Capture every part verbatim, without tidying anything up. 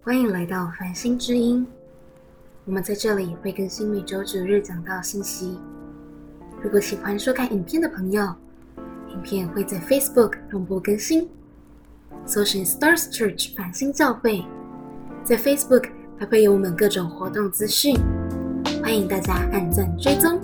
欢迎来到繁星之音，我们在这里会更新每周主日讲道信息。如果喜欢收看影片的朋友，影片会在 Facebook 同步更新，搜寻 Stars Church 繁星教会，在 Facebook 还会有我们各种活动资讯，欢迎大家按赞追踪。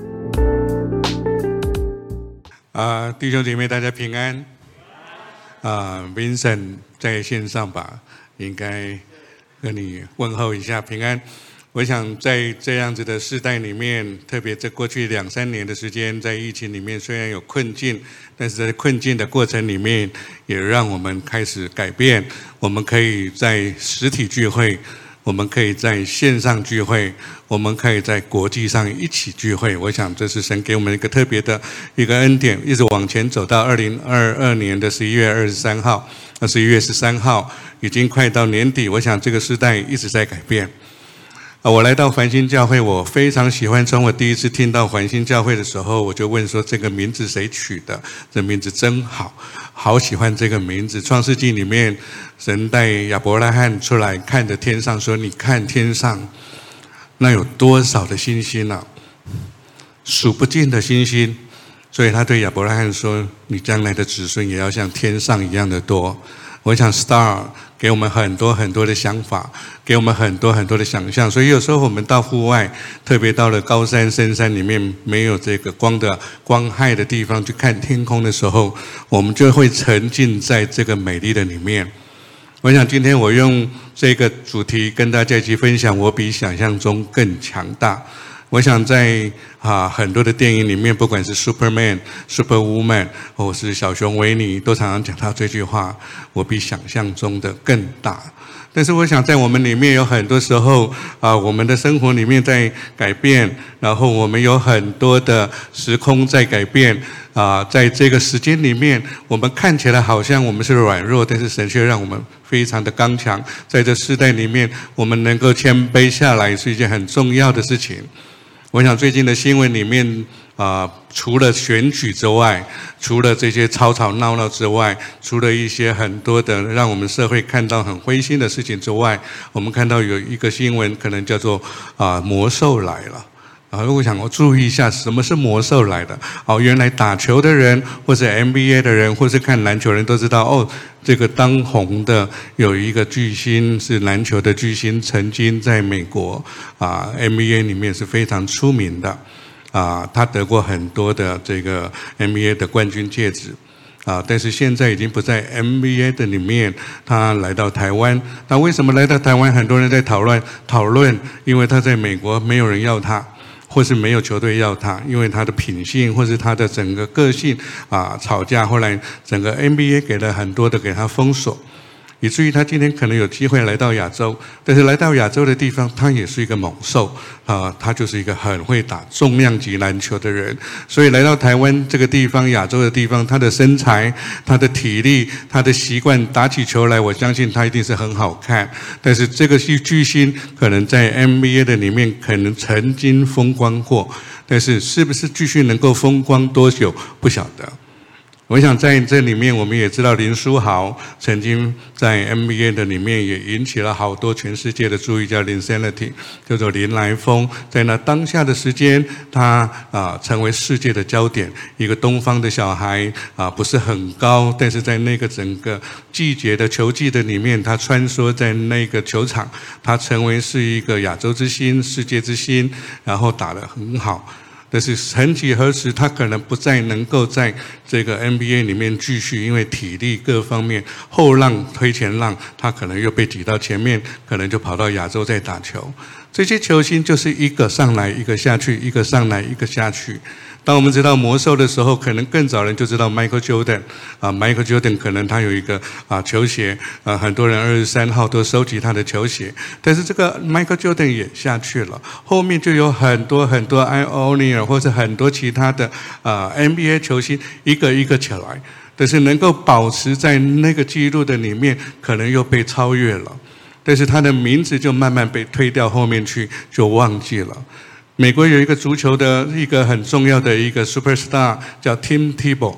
啊，弟兄姐妹，大家平安。啊 ，Vincent 在线上吧，应该跟你问候一下平安。我想在这样子的世代里面，特别在过去两三年的时间，在疫情里面虽然有困境，但是在困境的过程里面，也让我们开始改变。我们可以在实体聚会，我们可以在线上聚会，我们可以在国际上一起聚会。我想这是神给我们一个特别的一个恩典，一直往前走到二零二二年的十一月二十三号，那十一月十三号已经快到年底。我想这个时代一直在改变。啊，我来到繁星教会，我非常喜欢。从我第一次听到繁星教会的时候，我就问说：这个名字谁取的？这名字真好，好喜欢这个名字。创世纪里面，神带亚伯拉罕出来，看着天上说：你看天上，那有多少的星星啊？数不尽的星星。所以他对亚伯拉罕说：你将来的子孙也要像天上一样的多。我想 Star 给我们很多很多的想法，给我们很多很多的想象。所以有时候我们到户外，特别到了高山深山里面，没有这个光的光害的地方去看天空的时候，我们就会沉浸在这个美丽的里面。我想今天我用这个主题跟大家一起分享，我比想象中更强大。我想在啊很多的电影里面，不管是 Superman、Superwoman 或是小熊维尼，都常常讲到这句话：我比想象中的更大。但是我想在我们里面有很多时候啊，我们的生活里面在改变，然后我们有很多的时空在改变啊，在这个时间里面，我们看起来好像我们是软弱，但是神却让我们非常的刚强。在这世代里面，我们能够谦卑下来是一件很重要的事情。我想最近的新闻里面啊、呃，除了选举之外，除了这些吵吵闹闹之外，除了一些很多的让我们社会看到很灰心的事情之外，我们看到有一个新闻，可能叫做啊、呃、魔兽来了。啊，我想我注意一下，什么是魔兽来的？哦，原来打球的人，或是 N B A 的人，或是看篮球的人都知道，哦，这个当红的有一个巨星是篮球的巨星，曾经在美国啊 N B A 里面是非常出名的，啊，他得过很多的这个 N B A 的冠军戒指。啊！但是现在已经不在 N B A 的里面，他来到台湾。那为什么来到台湾？很多人在讨论讨论，因为他在美国没有人要他，或是没有球队要他，因为他的品性或是他的整个个性啊，吵架。后来整个 N B A 给了很多的给他封锁。以至于他今天可能有机会来到亚洲，但是来到亚洲的地方，他也是一个猛兽啊、呃，他就是一个很会打重量级篮球的人。所以来到台湾这个地方，亚洲的地方，他的身材、他的体力、他的习惯，打起球来，我相信他一定是很好看。但是这个巨星可能在 N B A 的里面可能曾经风光过，但是是不是继续能够风光多久，不晓得。我想在这里面，我们也知道林书豪曾经在 N B A 的里面也引起了好多全世界的注意，叫 Linsanity， 叫做林来疯。在那当下的时间，他啊、呃、成为世界的焦点。一个东方的小孩啊、呃，不是很高，但是在那个整个季节的球季的里面，他穿梭在那个球场，他成为是一个亚洲之星、世界之星，然后打得很好。但是曾几何时，他可能不再能够在这个 N B A 里面继续，因为体力各方面后浪推前浪，他可能又被挤到前面，可能就跑到亚洲再打球。这些球星就是一个上来一个下去，一个上来一个下去。当我们知道魔兽的时候，可能更早人就知道 Michael Jordan 啊 ，Michael Jordan 可能他有一个啊球鞋啊，很多人二十三号都收集他的球鞋，但是这个 Michael Jordan 也下去了，后面就有很多很多 O'Neal 或是很多其他的啊 N B A 球星一个一个起来，但是能够保持在那个记录的里面，可能又被超越了，但是他的名字就慢慢被推到后面去，就忘记了。美国有一个足球的一个很重要的一个 superstar 叫 Tim Tebow。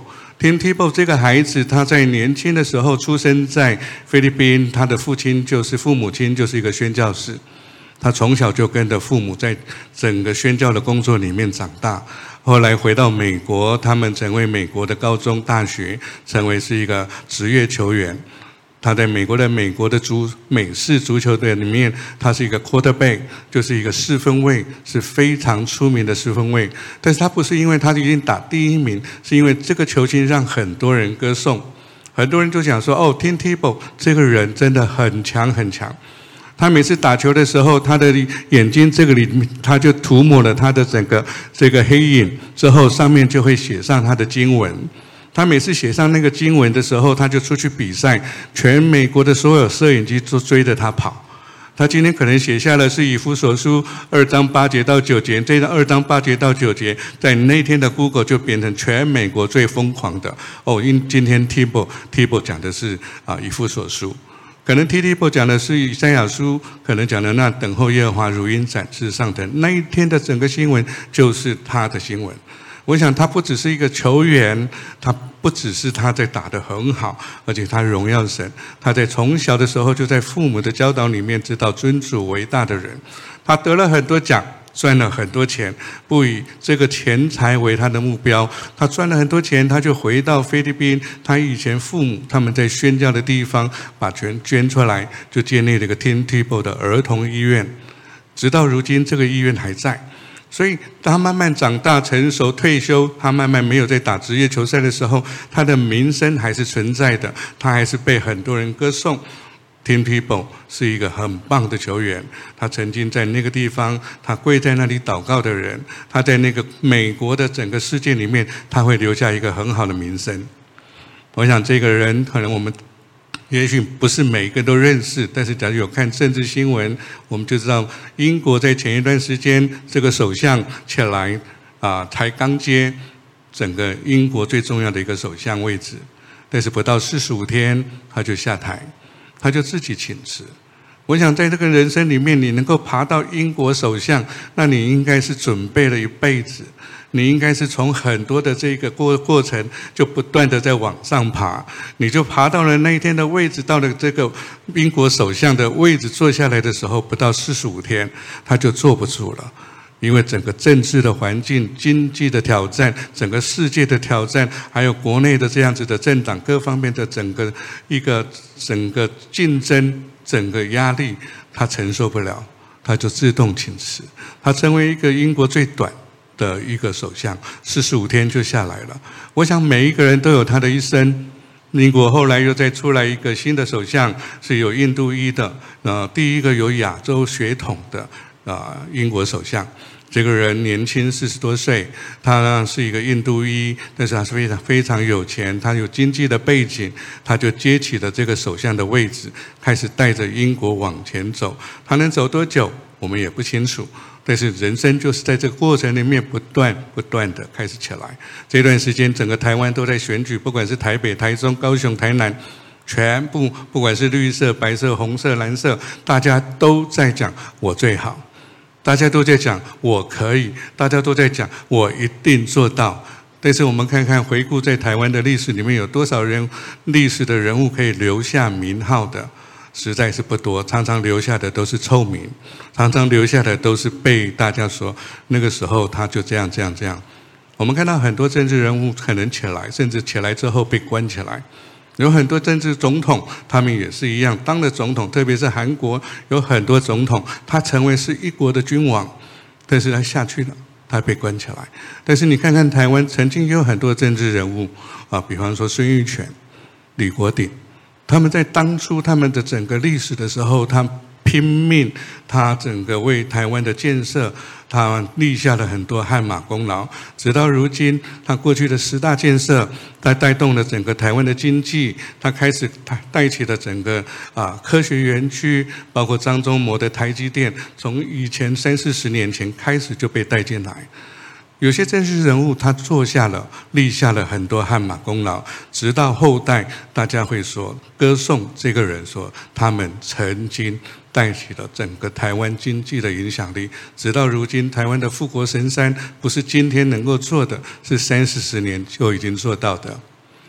Tim Tebow 这个孩子，他在年轻的时候出生在菲律宾，他的父亲就是父母亲就是一个宣教士，他从小就跟着父母在整个宣教的工作里面长大。后来回到美国，他们成为美国的高中、大学，成为是一个职业球员。他在美国的美国的足美式足球队里面，他是一个 quarterback， 就是一个四分卫，是非常出名的四分卫。但是他不是因为他已经打第一名，是因为这个球星让很多人歌颂，很多人就讲说，哦 ，Tim Tebow 这个人真的很强很强。他每次打球的时候，他的眼睛这个里他就涂抹了他的整个这个黑影，之后上面就会写上他的经文。他每次写上那个经文的时候，他就出去比赛，全美国的所有摄影机都追着他跑。他今天可能写下的是以弗所书二章八节到九节，这二章八节到九节，在那天的 Google 就变成全美国最疯狂的哦。因今天 Tebow Tebow 讲的是啊以弗所书，可能 Tebow 讲的是以赛亚书，可能讲的那等候耶和华如鹰展翅上腾，那一天的整个新闻就是他的新闻。我想他不只是一个球员，他不只是他在打得很好，而且他荣耀神。他在从小的时候就在父母的教导里面知道尊主为大的人。他得了很多奖，赚了很多钱，不以这个钱财为他的目标。他赚了很多钱，他就回到菲律宾，他以前父母他们在宣教的地方把钱捐出来，就建立了一个 Tim Tebow 的儿童医院，直到如今这个医院还在。所以他慢慢长大成熟退休，他慢慢没有在打职业球赛的时候，他的名声还是存在的，他还是被很多人歌颂。Tim Tebow 是一个很棒的球员，他曾经在那个地方，他跪在那里祷告的人，他在那个美国的整个世界里面，他会留下一个很好的名声。我想这个人可能我们也许不是每个都认识，但是假如有看政治新闻，我们就知道英国在前一段时间这个首相起来啊，才刚接整个英国最重要的一个首相位置，但是不到四十五天他就下台，他就自己请辞。我想在这个人生里面，你能够爬到英国首相，那你应该是准备了一辈子，你应该是从很多的这个过过程就不断的在往上爬，你就爬到了那一天的位置，到了这个英国首相的位置坐下来的时候，不到四十五天他就坐不住了。因为整个政治的环境、经济的挑战、整个世界的挑战，还有国内的这样子的政党各方面的整个一个整个竞争、整个压力，他承受不了，他就自动请辞。他成为一个英国最短的一个首相，四十五天就下来了。我想每一个人都有他的一生。英国后来又再出来一个新的首相，是有印度裔的，呃，第一个有亚洲血统的啊、呃、英国首相。这个人年轻四十多岁，他是一个印度裔，但是他是非常非常有钱，他有经济的背景，他就接起了这个首相的位置，开始带着英国往前走。他能走多久，我们也不清楚。但是人生就是在这个过程里面不断不断的开始起来。这段时间整个台湾都在选举，不管是台北、台中、高雄、台南，全部不管是绿色、白色、红色、蓝色，大家都在讲我最好。大家都在讲我可以，大家都在讲我一定做到。但是我们看看回顾在台湾的历史里面，有多少人历史的人物可以留下名号的，实在是不多。常常留下的都是臭名，常常留下的都是被大家说那个时候他就这样这样这样。我们看到很多政治人物可能起来，甚至起来之后被关起来。有很多政治总统，他们也是一样，当了总统，特别是韩国有很多总统，他成为是一国的君王，但是他下去了，他被关起来。但是你看看台湾，曾经有很多政治人物啊，比方说孙玉泉、李国鼎，他们在当初他们的整个历史的时候，他拼命，他整个为台湾的建设，他立下了很多汗马功劳。直到如今，他过去的十大建设，他带动了整个台湾的经济，他开始带起了整个啊科学园区，包括张忠谋的台积电，从以前三四十年前开始就被带进来。有些政治人物他做下了立下了很多汗马功劳，直到后代大家会说歌颂这个人，说他们曾经带起了整个台湾经济的影响力。直到如今，台湾的富国神山不是今天能够做的，是三四十年就已经做到的。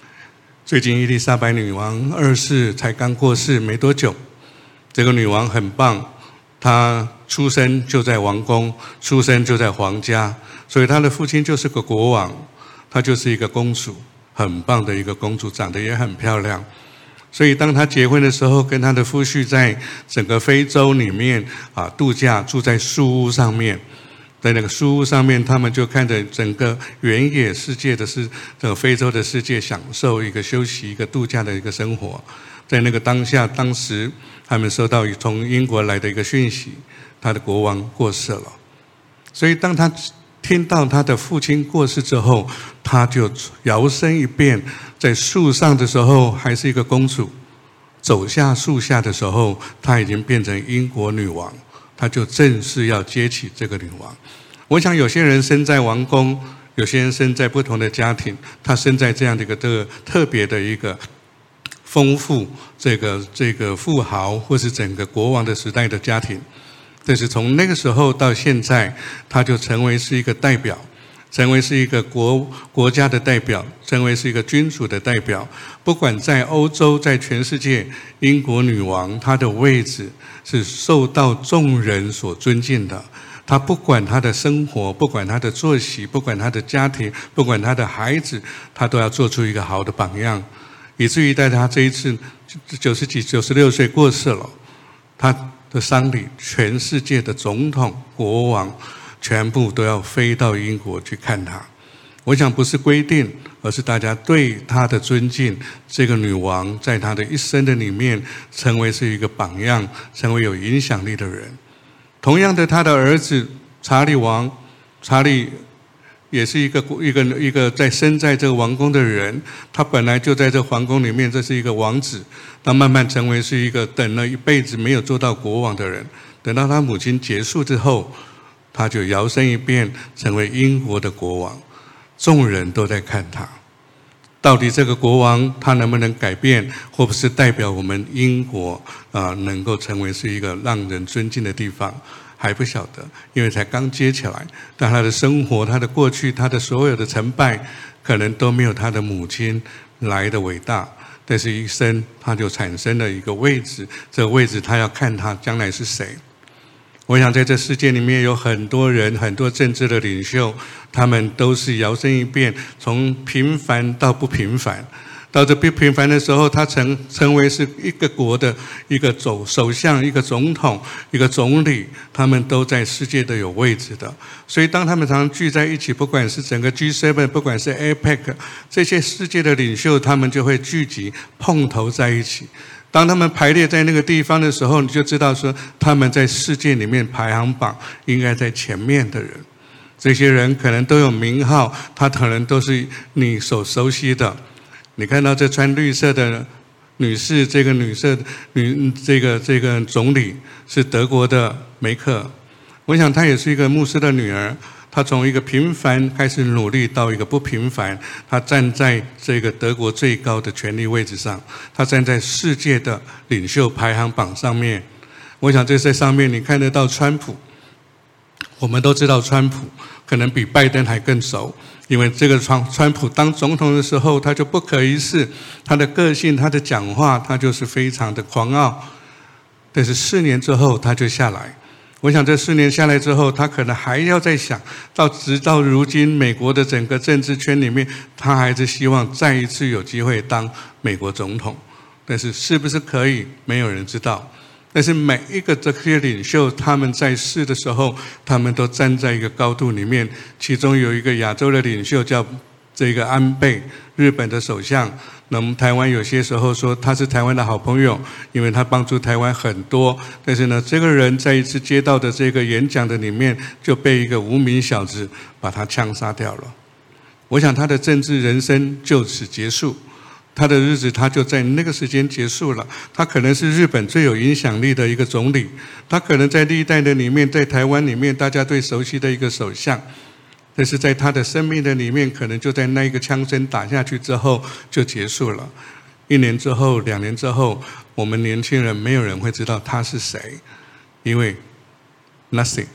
最近伊丽莎白女王二世才刚过世没多久，这个女王很棒，她出生就在王宫，出生就在皇家，所以她的父亲就是个国王，她就是一个公主，很棒的一个公主，长得也很漂亮。所以当她结婚的时候，跟她的夫婿在整个非洲里面啊度假，住在树屋上面。在那个树屋上面，他们就看着整个原野世界的是这个非洲的世界，享受一个休息、一个度假的一个生活。在那个当下，当时他们收到从英国来的一个讯息，他的国王过世了。所以当他听到他的父亲过世之后，他就摇身一变，在树上的时候还是一个公主，走下树下的时候，她已经变成英国女王。他就正式要接起这个女王。我想有些人生在王宫，有些人生在不同的家庭，他生在这样的一个特特别的一个丰富这个这个富豪或是整个国王的时代的家庭。但是从那个时候到现在，他就成为是一个代表，成为是一个国国家的代表，成为是一个君主的代表。不管在欧洲，在全世界，英国女王她的位置是受到众人所尊敬的。她不管她的生活，不管她的作息，不管她的家庭，不管她的孩子，她都要做出一个好的榜样。以至于在她这一次九十几、九十六岁过世了，她的丧礼，全世界的总统、国王全部都要飞到英国去看她。我想不是规定，而是大家对她的尊敬。这个女王在她的一生的里面，成为是一个榜样，成为有影响力的人。同样的，她的儿子查理王，查理也是一个一个一个在生在这个王宫的人。他本来就在这皇宫里面，这是一个王子，他慢慢成为是一个等了一辈子没有做到国王的人。等到他母亲结束之后，他就摇身一变，成为英国的国王。众人都在看他，到底这个国王他能不能改变，或不是代表我们英国啊、呃、能够成为是一个让人尊敬的地方，还不晓得，因为才刚接起来。但他的生活，他的过去，他的所有的成败，可能都没有他的母亲来的伟大。但是一生他就产生了一个位置，这个位置他要看他将来是谁。我想在这世界里面有很多人，很多政治的领袖，他们都是摇身一变，从平凡到不平凡。到这不平凡的时候，他成成为是一个国的一个首首相、一个总统、一个总理，他们都在世界都有位置的。所以当他们常常聚在一起，不管是整个 G 七， 不管是 A P E C， 这些世界的领袖，他们就会聚集碰头在一起。当他们排列在那个地方的时候，你就知道说他们在世界里面排行榜应该在前面的人。这些人可能都有名号，他可能都是你所熟悉的。你看到这穿绿色的女士，这个女士女这个这个总理是德国的梅克，我想她也是一个牧师的女儿。他从一个平凡开始努力到一个不平凡，他站在这个德国最高的权力位置上，他站在世界的领袖排行榜上面。我想这在上面你看得到川普，我们都知道川普可能比拜登还更熟，因为这个川川普当总统的时候，他就不可一世，他的个性，他的讲话，他就是非常的狂傲。但是四年之后他就下来。我想这四年下来之后，他可能还要再想，到直到如今美国的整个政治圈里面，他还是希望再一次有机会当美国总统。但是是不是可以，没有人知道。但是每一个这些领袖，他们在世的时候，他们都站在一个高度里面。其中有一个亚洲的领袖叫这个安倍，日本的首相。那么台湾有些时候说他是台湾的好朋友，因为他帮助台湾很多。但是呢，这个人在一次接到的这个演讲的里面，就被一个无名小子把他枪杀掉了。我想他的政治人生就此结束，他的日子他就在那个时间结束了。他可能是日本最有影响力的一个总理，他可能在历代的里面，在台湾里面大家最熟悉的一个首相。但是在他的生命的里面，可能就在那一个枪声打下去之后就结束了。一年之后，两年之后，我们年轻人没有人会知道他是谁，因为 nothing，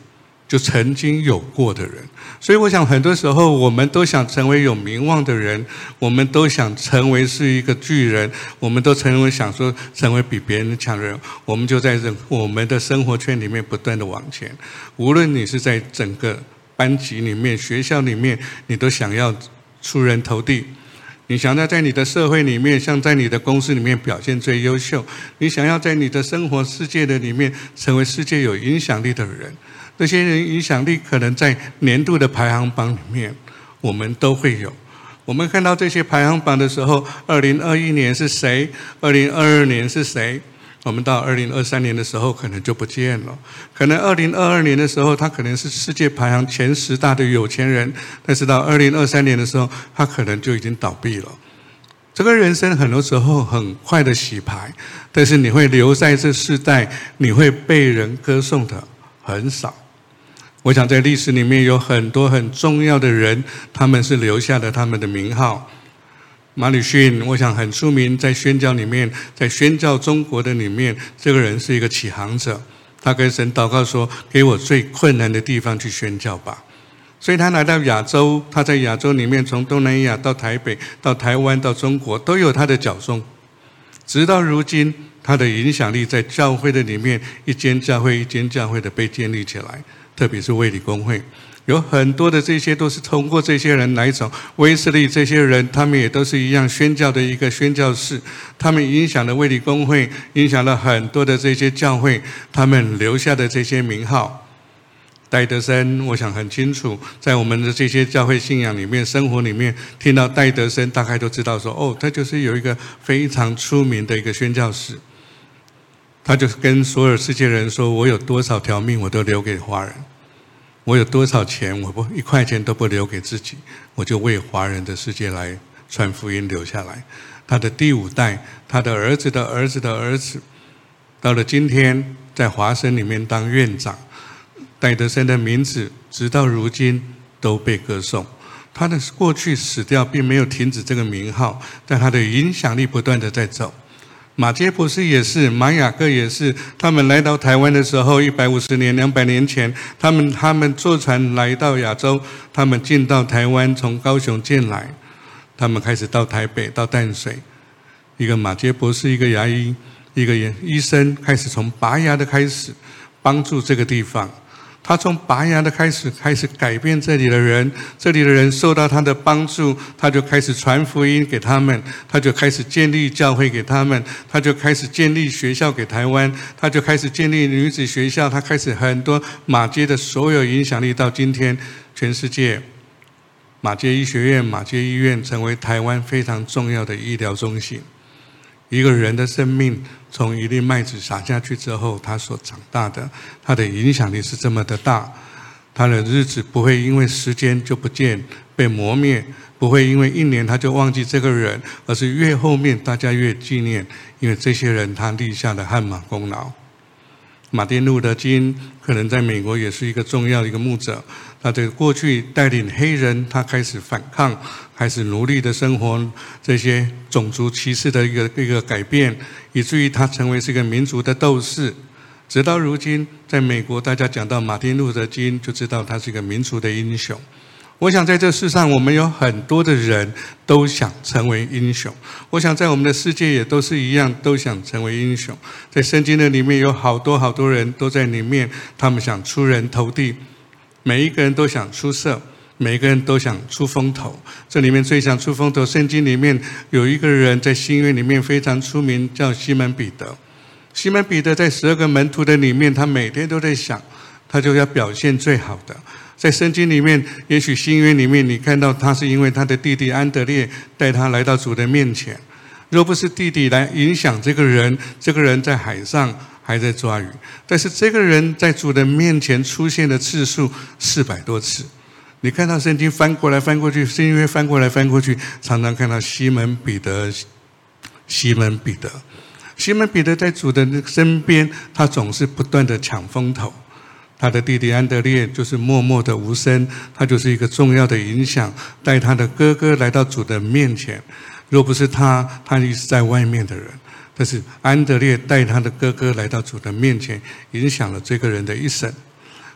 就曾经有过的人。所以我想很多时候我们都想成为有名望的人，我们都想成为是一个巨人，我们都成为想说成为比别人强的人，我们就在我们的生活圈里面不断的往前。无论你是在整个班级里面、学校里面，你都想要出人头地，你想要在你的社会里面，像在你的公司里面表现最优秀，你想要在你的生活世界的里面成为世界有影响力的人。这些人影响力可能在年度的排行榜里面我们都会有。我们看到这些排行榜的时候，二零二一年是谁，二零二二年是谁，我们到二零二三年的时候可能就不见了。可能二零二二年的时候他可能是世界排行前十大的有钱人，但是到二零二三年的时候他可能就已经倒闭了。这个人生很多时候很快的洗牌，但是你会留在这世代，你会被人歌颂的很少。我想在历史里面有很多很重要的人，他们是留下了他们的名号。马礼逊我想很出名，在宣教里面，在宣教中国的里面，这个人是一个起航者，他跟神祷告说，给我最困难的地方去宣教吧。所以他来到亚洲，他在亚洲里面从东南亚到台北到台湾到中国都有他的脚踪，直到如今他的影响力在教会的里面一间教会一间教会的被建立起来，特别是卫理公会，有很多的这些都是通过这些人来走。威斯利这些人，他们也都是一样宣教的一个宣教士，他们影响了卫理公会，影响了很多的这些教会，他们留下的这些名号。戴德生我想很清楚，在我们的这些教会信仰里面生活里面，听到戴德生大概都知道说，哦，他就是有一个非常出名的一个宣教士。他就跟所有世界人说，我有多少条命我都留给华人，我有多少钱我不一块钱都不留给自己，我就为华人的世界来传福音留下来。他的第五代，他的儿子的儿子的儿子，到了今天在华生里面当院长。戴德生的名字直到如今都被歌颂，他的过去死掉并没有停止这个名号，但他的影响力不断的在走。马偕博士也是，马雅各也是，他们来到台湾的时候，一百五十年、两百年前，他们他们坐船来到亚洲，他们进到台湾，从高雄进来，他们开始到台北、到淡水。一个马偕博士，一个牙医，一个医生，开始从拔牙的开始帮助这个地方。他从拔牙的开始，开始改变这里的人，这里的人受到他的帮助，他就开始传福音给他们，他就开始建立教会给他们，他就开始建立学校给台湾，他就开始建立女子学校，他开始很多马偕的所有影响力，到今天全世界，马偕医学院、马偕医院成为台湾非常重要的医疗中心。一个人的生命从一粒麦子撒下去之后，他所长大的，他的影响力是这么的大，他的日子不会因为时间就不见被磨灭，不会因为一年他就忘记这个人，而是越后面大家越纪念，因为这些人他立下了汗马功劳。马丁路德金可能在美国也是一个重要的一个牧者，他在过去带领黑人，他开始反抗，开始努力的生活，这些种族歧视的一个一个改变，以至于他成为是一个民族的斗士。直到如今，在美国大家讲到马丁路德金，就知道他是一个民族的英雄。我想在这世上，我们有很多的人都想成为英雄。我想在我们的世界也都是一样，都想成为英雄。在圣经的里面有好多好多人都在里面，他们想出人头地，每一个人都想出色，每一个人都想出风头。这里面最想出风头，圣经里面有一个人在新约里面非常出名，叫西门彼得。西门彼得在十二个门徒的里面，他每天都在想，他就要表现最好的。在圣经里面，也许新约里面你看到他是因为他的弟弟安德烈带他来到主的面前，若不是弟弟来影响这个人，这个人在海上还在抓鱼，但是这个人在主的面前出现的次数四百多次。你看到圣经翻过来翻过去，新约翻过来翻过去，常常看到西门彼得，西门彼得，西门彼得在主的身边，他总是不断的抢风头。他的弟弟安德烈就是默默的无声，他就是一个重要的影响，带他的哥哥来到主的面前。若不是他，他一直在外面的人，但是安德烈带他的哥哥来到主的面前，影响了这个人的一生。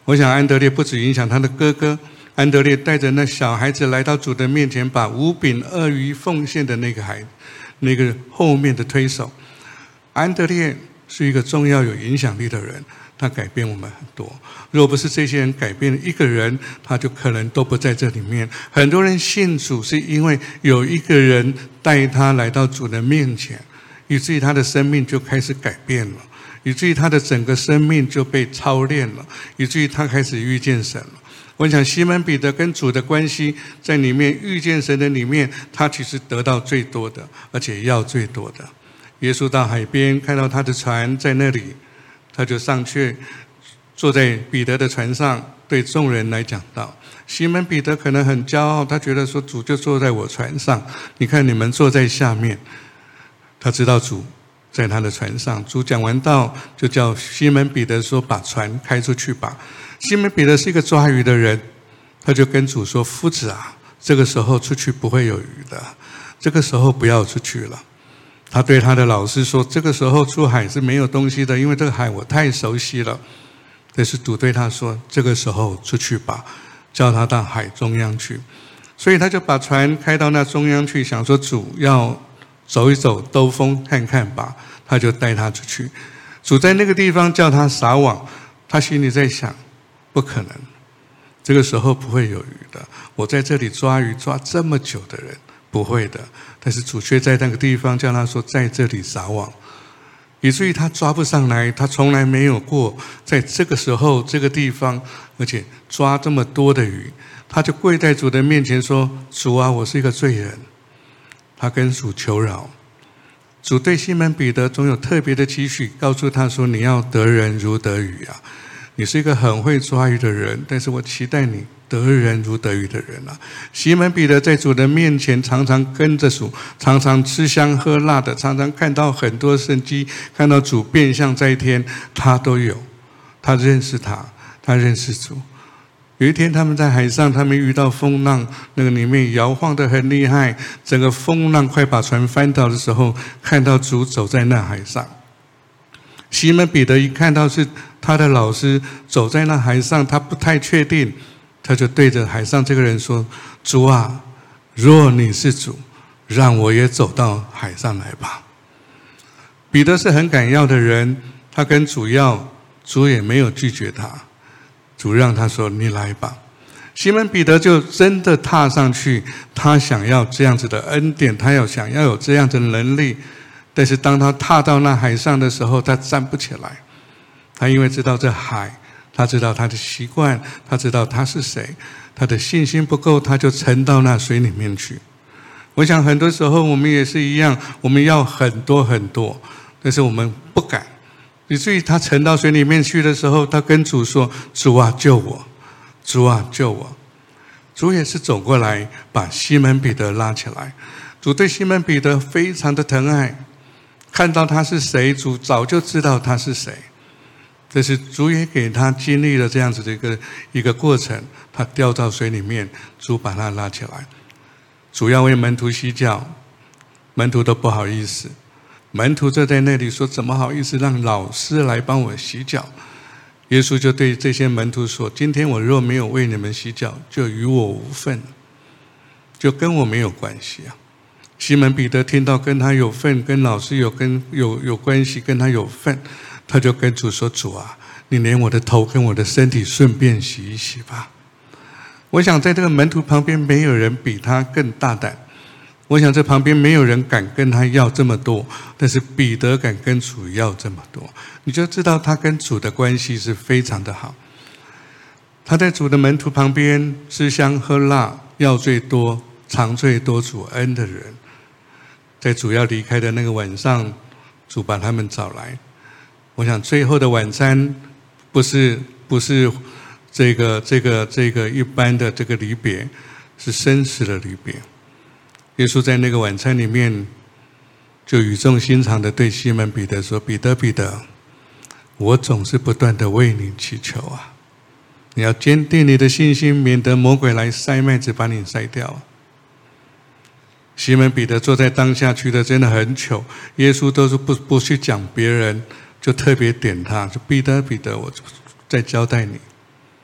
我想安德烈不止影响他的哥哥，安德烈带着那小孩子来到主的面前，把五饼二鱼奉献的那个孩子，那个后面的推手。安德烈是一个重要有影响力的人，他改变我们很多。若不是这些人改变了一个人，他就可能都不在这里面。很多人信主是因为有一个人带他来到主的面前，以至于他的生命就开始改变了，以至于他的整个生命就被操练了，以至于他开始遇见神了。我想西门彼得跟主的关系在里面遇见神的里面，他其实得到最多的，而且要最多的。耶稣到海边看到他的船在那里，他就上去坐在彼得的船上，对众人来讲道。西门彼得可能很骄傲，他觉得说主就坐在我船上，你看你们坐在下面。他知道主在他的船上。主讲完道，就叫西门彼得说把船开出去吧。西门彼得是一个抓鱼的人，他就跟主说，夫子啊，这个时候出去不会有鱼的，这个时候不要出去了。他对他的老师说，这个时候出海是没有东西的，因为这个海我太熟悉了。但是主对他说，这个时候出去吧，叫他到海中央去。所以他就把船开到那中央去，想说主要走一走兜风看看吧，他就带他出去。主在那个地方叫他撒网，他心里在想，不可能，这个时候不会有鱼的，我在这里抓鱼抓这么久的人，不会的。但是主却在那个地方叫他说，在这里撒网，以至于他抓不上来。他从来没有过在这个时候这个地方，而且抓这么多的鱼。他就跪在主的面前说，主啊，我是一个罪人。他跟主求饶。主对西门彼得总有特别的期许，告诉他说，你要得人如得鱼啊。你是一个很会抓鱼的人，但是我期待你得人如得鱼的人啊。西门彼得在主的面前常常跟着主，常常吃香喝辣的，常常看到很多神迹，看到主变相在天，他都有。他认识他，他认识主。有一天他们在海上，他们遇到风浪，那个里面摇晃得很厉害，整个风浪快把船翻倒的时候，看到主走在那海上。西门彼得一看到是他的老师走在那海上，他不太确定，他就对着海上这个人说，主啊，若你是主，让我也走到海上来吧。彼得是很敢要的人，他跟主要，主也没有拒绝他，主让他说，你来吧。西门彼得就真的踏上去，他想要这样子的恩典，他要想要有这样的能力。但是当他踏到那海上的时候，他站不起来。他因为知道这海，他知道他的习惯，他知道他是谁，他的信心不够，他就沉到那水里面去。我想很多时候我们也是一样，我们要很多很多，但是我们不敢，以至于他沉到水里面去的时候，他跟主说，主啊，救我，主啊，救我。主也是走过来把西门彼得拉起来。主对西门彼得非常的疼爱，看到他是谁，主早就知道他是谁。但是主也给他经历了这样子的一个一个过程，他掉到水里面，主把他拉起来。主要为门徒洗脚，门徒都不好意思，门徒就在那里说，怎么好意思让老师来帮我洗脚？耶稣就对这些门徒说，今天我若没有为你们洗脚，就与我无份，就跟我没有关系啊。西门彼得听到跟他有份，跟老师有跟有有关系，跟他有份，他就跟主说，主啊，你连我的头跟我的身体顺便洗一洗吧。我想在这个门徒旁边没有人比他更大胆，我想这旁边没有人敢跟他要这么多，但是彼得敢跟主要这么多，你就知道他跟主的关系是非常的好。他在主的门徒旁边吃香喝辣，要最多，尝最多主恩的人。在主要离开的那个晚上，主把他们找来。我想最后的晚餐不是不是这个这个这个一般的这个离别，是生死的离别。耶稣在那个晚餐里面，就语重心长的对西门彼得说，彼得彼得，我总是不断的为你祈求啊，你要坚定你的信心，免得魔鬼来塞麦子把你塞掉。西门彼得坐在当下去的真的很糗，耶稣都是不不去讲别人，就特别点他，说彼得彼得，我在交代你，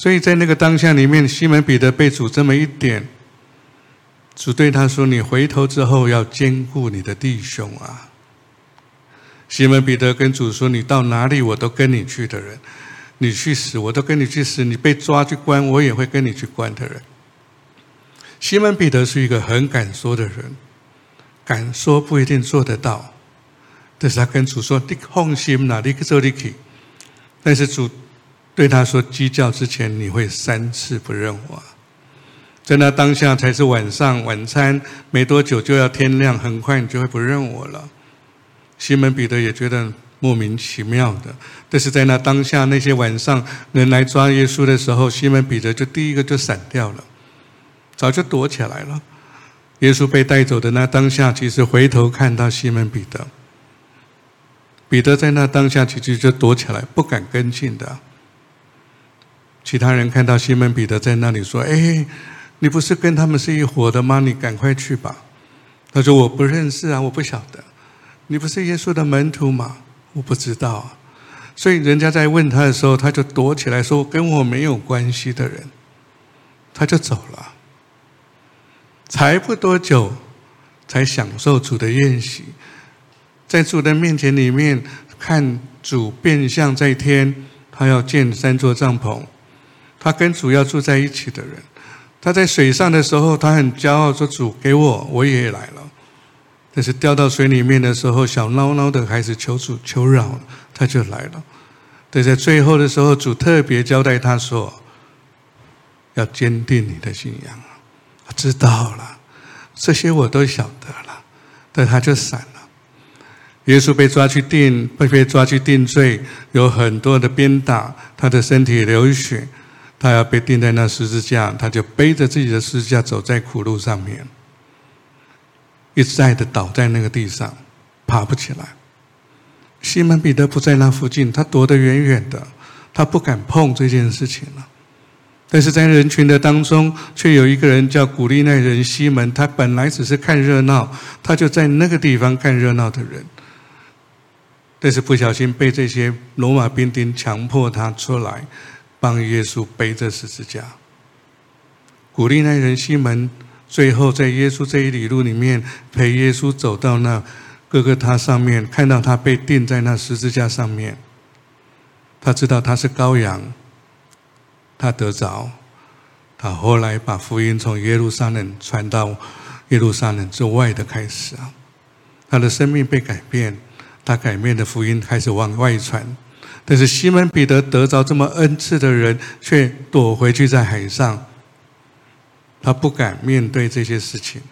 所以在那个当下里面，西门彼得被主这么一点，主对他说：“你回头之后要兼顾你的弟兄啊。”西门彼得跟主说：“你到哪里我都跟你去的人，你去死我都跟你去死，你被抓去关我也会跟你去关的人。”西门彼得是一个很敢说的人，敢说不一定做得到，但是他跟主说：“你放心啦，你去做你去。”但是主对他说：“鸡叫之前你会三次不认我。”在那当下才是晚上晚餐，没多久就要天亮，很快你就会不认我了。西门彼得也觉得莫名其妙的，但是在那当下，那些晚上人来抓耶稣的时候，西门彼得就第一个就闪掉了，早就躲起来了。耶稣被带走的那当下，其实回头看到西门彼得，彼得在那当下其实就躲起来，不敢跟进的。其他人看到西门彼得在那里说：“哎，你不是跟他们是一伙的吗？你赶快去吧。”他说：“我不认识啊，我不晓得。你不是耶稣的门徒吗？我不知道啊。”所以人家在问他的时候，他就躲起来说：“跟我没有关系的人。”他就走了。才不多久，才享受主的宴席，在主的面前里面看主变相在天，他要建三座帐篷，他跟主要住在一起的人。他在水上的时候，他很骄傲说：“主给我，我也来了。”但是掉到水里面的时候，小孬孬的开始求主求饶，他就来了。但在最后的时候，主特别交代他说：“要坚定你的信仰。”知道了，这些我都晓得了，但他就闪了。耶稣被抓去定，被抓去定罪，有很多的鞭打，他的身体流血，他要被钉在那十字架，他就背着自己的十字架走在苦路上面，一再的倒在那个地上，爬不起来。西门彼得不在那附近，他躲得远远的，他不敢碰这件事情了。但是在人群的当中，却有一个人叫古利奈人西门，他本来只是看热闹，他就在那个地方看热闹的人，但是不小心被这些罗马兵丁强迫他出来，帮耶稣背着十字架。古利奈人西门最后在耶稣这一里路里面陪耶稣走到那各个他上面，看到他被钉在那十字架上面，他知道他是羔羊，他得着，他后来把福音从耶路撒冷传到耶路撒冷之外的开始啊，他的生命被改变，他改变的福音开始往外传。但是西门彼得得着这么恩赐的人，却躲回去在海上，他不敢面对这些事情。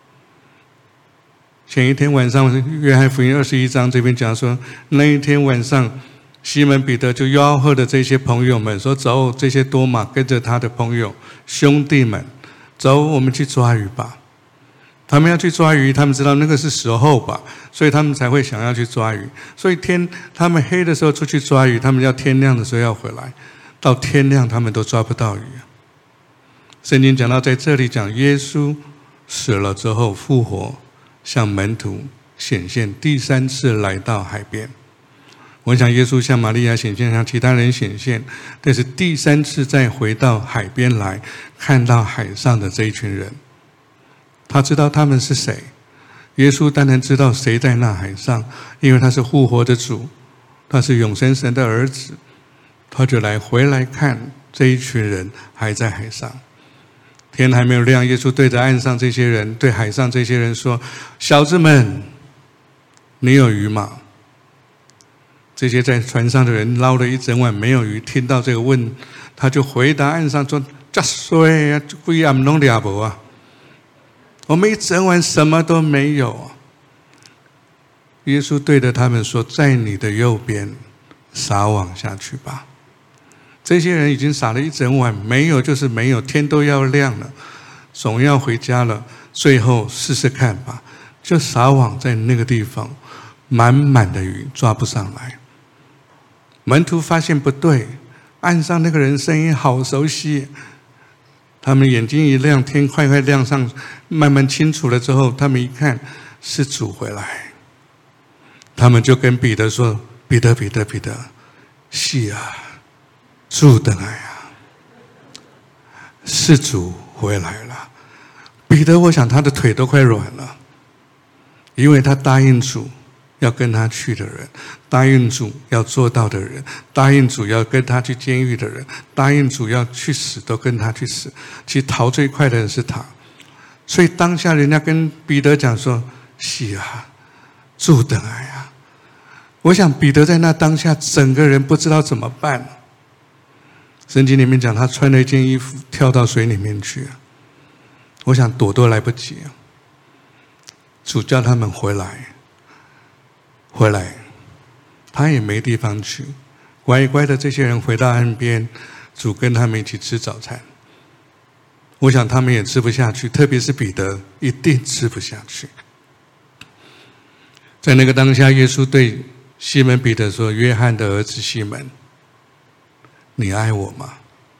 前一天晚上，约翰福音二十一章这边讲说，那一天晚上，西门彼得就吆喝的这些朋友们说：“走，这些多马跟着他的朋友兄弟们，走，我们去抓鱼吧。”他们要去抓鱼，他们知道那个是时候吧，所以他们才会想要去抓鱼。所以天他们黑的时候出去抓鱼，他们要天亮的时候要回来，到天亮他们都抓不到鱼。圣经讲到在这里讲，耶稣死了之后复活，向门徒显现，第三次来到海边。我想耶稣向玛利亚显现，向其他人显现，但是第三次再回到海边来，看到海上的这一群人，他知道他们是谁。耶稣当然知道谁在那海上，因为他是复活的主，他是永生神的儿子，他就来回来看这一群人还在海上。天还没有亮，耶稣对着岸上这些人，对海上这些人说：“小子们，你有鱼吗？”这些在船上的人捞了一整晚没有鱼，听到这个问，他就回答岸上说：“这水啊，几暗拢抓无啊！我们一整晚什么都没有啊。”耶稣对着他们说：“在你的右边，撒网下去吧。”这些人已经撒了一整晚，没有就是没有，天都要亮了，总要回家了。最后试试看吧，就撒网在那个地方，满满的鱼抓不上来。门徒发现不对，岸上那个人声音好熟悉，他们眼睛一亮，天快快亮上，慢慢清楚了之后，他们一看是主回来，他们就跟彼得说：“彼得，彼得，彼得，是啊，主回来啊！” 是主回来了。彼得，我想他的腿都快软了，因为他答应主要跟他去的人，答应主要做到的人，答应主要跟他去监狱的人，答应主要去死都跟他去死。其实逃最快的人是他，所以当下人家跟彼得讲说：“是啊，主等来啊。”我想彼得在那当下，整个人不知道怎么办。圣经里面讲，他穿了一件衣服跳到水里面去，我想躲都来不及。主叫他们回来，回来，他也没地方去，乖乖的这些人回到岸边，主跟他们一起吃早餐。我想他们也吃不下去，特别是彼得一定吃不下去。在那个当下，耶稣对西门彼得说：“约翰的儿子西门，你爱我吗？”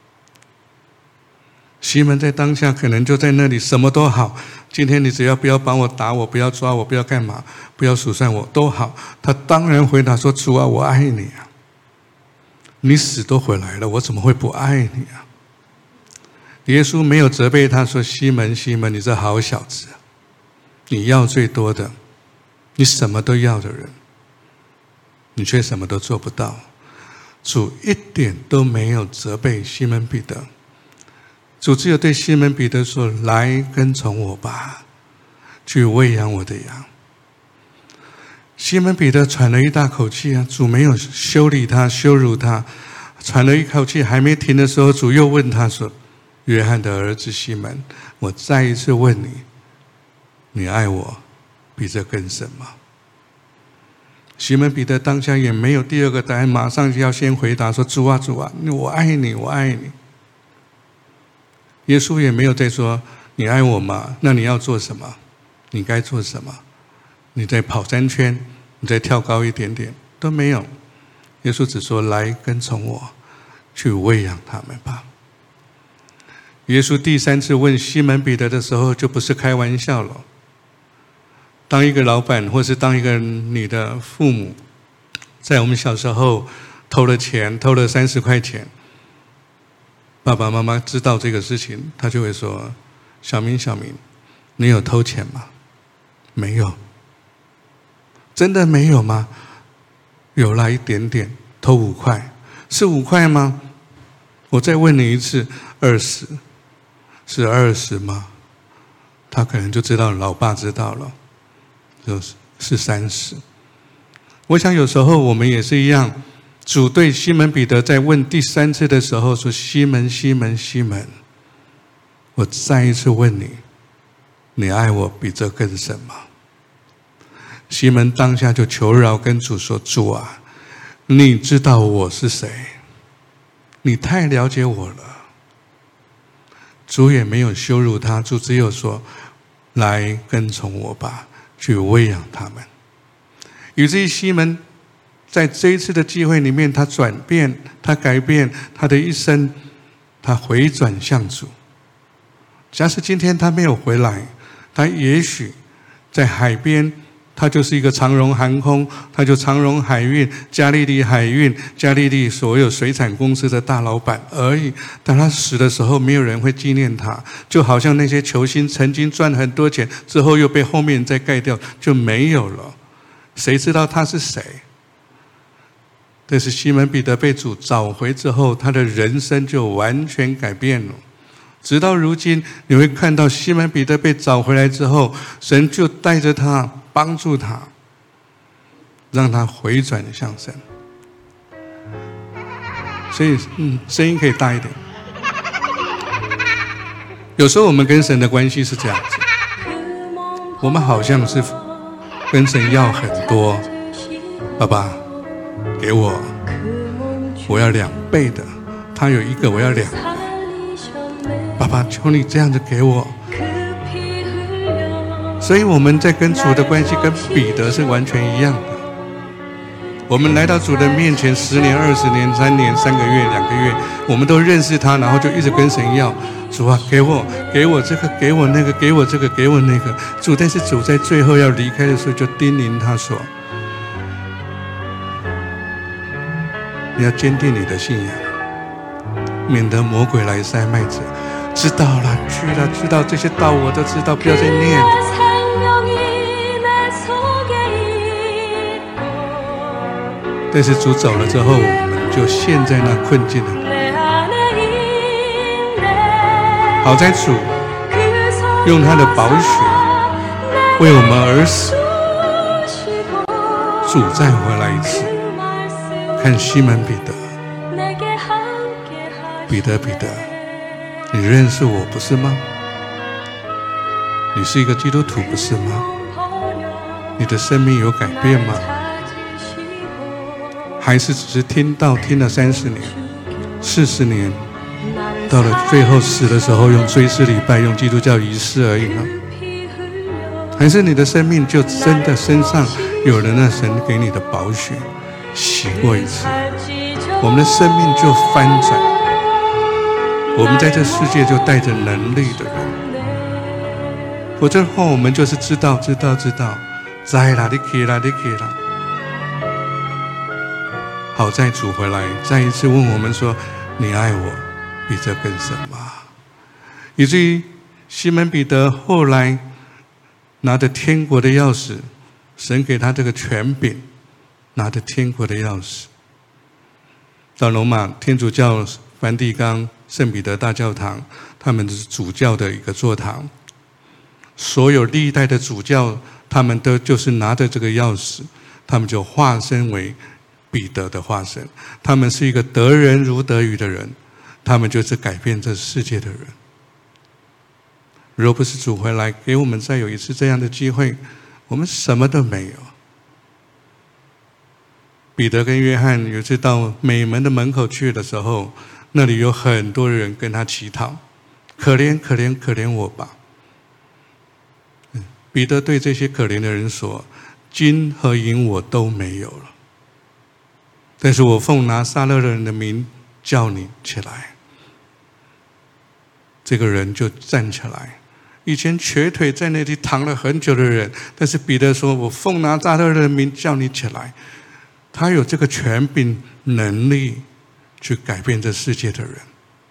西门在当下可能就在那里，什么都好，今天你只要不要帮我打我，不要抓我，不要干嘛，不要数算我都好。他当然回答说：“主啊，我爱你啊！你死都回来了，我怎么会不爱你啊？”耶稣没有责备他说：“西门，西门，你这好小子，你要最多的，你什么都要的人，你却什么都做不到。”主一点都没有责备西门彼得，主只有对西门彼得说：“来跟从我吧，去喂养我的羊。”西门彼得喘了一大口气啊，主没有修理他、羞辱他，喘了一口气还没停的时候，主又问他说：“约翰的儿子西门，我再一次问你，你爱我比这更深吗？”西门彼得当下也没有第二个答案，马上就要先回答说：“主啊，主啊，我爱你，我爱你。”耶稣也没有再说：“你爱我吗？那你要做什么？你该做什么？你再跑三圈，你再跳高一点点，都没有。”耶稣只说：“来跟从我，去喂养他们吧。”耶稣第三次问西门彼得的时候，就不是开玩笑了。当一个老板，或是当一个你的父母，在我们小时候偷了钱，偷了三十块钱，爸爸妈妈知道这个事情，他就会说：“小明，小明，你有偷钱吗？”没有。真的没有吗？有啦，一点点，偷五块，是五块吗？我再问你一次，二十，是二十吗？他可能就知道，老爸知道了。就是是三十。我想有时候我们也是一样，主对西门彼得在问第三次的时候说：“西门，西门，西门，我再一次问你，你爱我比这更深吗？”西门当下就求饶跟主说：“主啊，你知道我是谁，你太了解我了。”主也没有羞辱他，主只有说：“来跟从我吧，去喂养他们。”以至于西门在这一次的机会里面，他转变，他改变他的一生，他回转向主。假使今天他没有回来，他也许在海边，他就是一个长荣航空，他就长荣海运、加利利海运、加利利所有水产公司的大老板而已。当他死的时候，没有人会纪念他，就好像那些球星曾经赚很多钱之后又被后面再盖掉，就没有了。谁知道他是谁？但是西门彼得被主找回之后，他的人生就完全改变了。直到如今，你会看到西门彼得被找回来之后，神就带着他，帮助他，让他回转向神。所以，嗯，声音可以大一点。有时候我们跟神的关系是这样子，我们好像是跟神要很多，爸爸给我，我要两倍的，他有一个，我要两个。爸爸，求你这样子给我。所以我们在跟主的关系跟彼得是完全一样的。我们来到主的面前，十年、二十年、三年、三个月、两个月，我们都认识他，然后就一直跟神要：主啊，给我，给我这个，给我那个，给我这个，给我那个。主，但是主在最后要离开的时候，就叮咛他说：你要坚定你的信仰，免得魔鬼来塞麦子。 知道了，去了，知道这些道我都知道，不要再念。但是主走了之后，我们就陷在那困境了。好在主用他的宝血为我们而死，主再回来一次。看西门彼得，彼得彼得，你认识我不是吗？你是一个基督徒不是吗？你的生命有改变吗？还是只是听到听了三十年、四十年，到了最后死的时候，用追思礼拜、用基督教仪式而已呢？还是你的生命就真的身上有了那神给你的宝血洗过一次，我们的生命就翻转，我们在这世界就带着能力的人。否则的话，我们就是知道知道知道，在啦，你去啦，你去啦。好在主回来再一次问我们说，你爱我比这更深吗？以至于西门彼得后来拿着天国的钥匙，神给他这个权柄，拿着天国的钥匙，到罗马天主教梵蒂冈圣彼得大教堂，他们是主教的一个座堂，所有历代的主教他们都就是拿着这个钥匙，他们就化身为彼得的化身，他们是一个得人如得鱼的人，他们就是改变这世界的人。若不是主回来给我们再有一次这样的机会，我们什么都没有。彼得跟约翰有一次到美门的门口去的时候，那里有很多人跟他乞讨，可怜可怜可怜我吧。彼得对这些可怜的人说，金和银我都没有了，但是我奉拿撒勒人的名叫你起来。这个人就站起来，以前瘸腿在那里躺了很久的人，但是彼得说，我奉拿撒勒人的名叫你起来。他有这个权柄能力去改变这世界的人。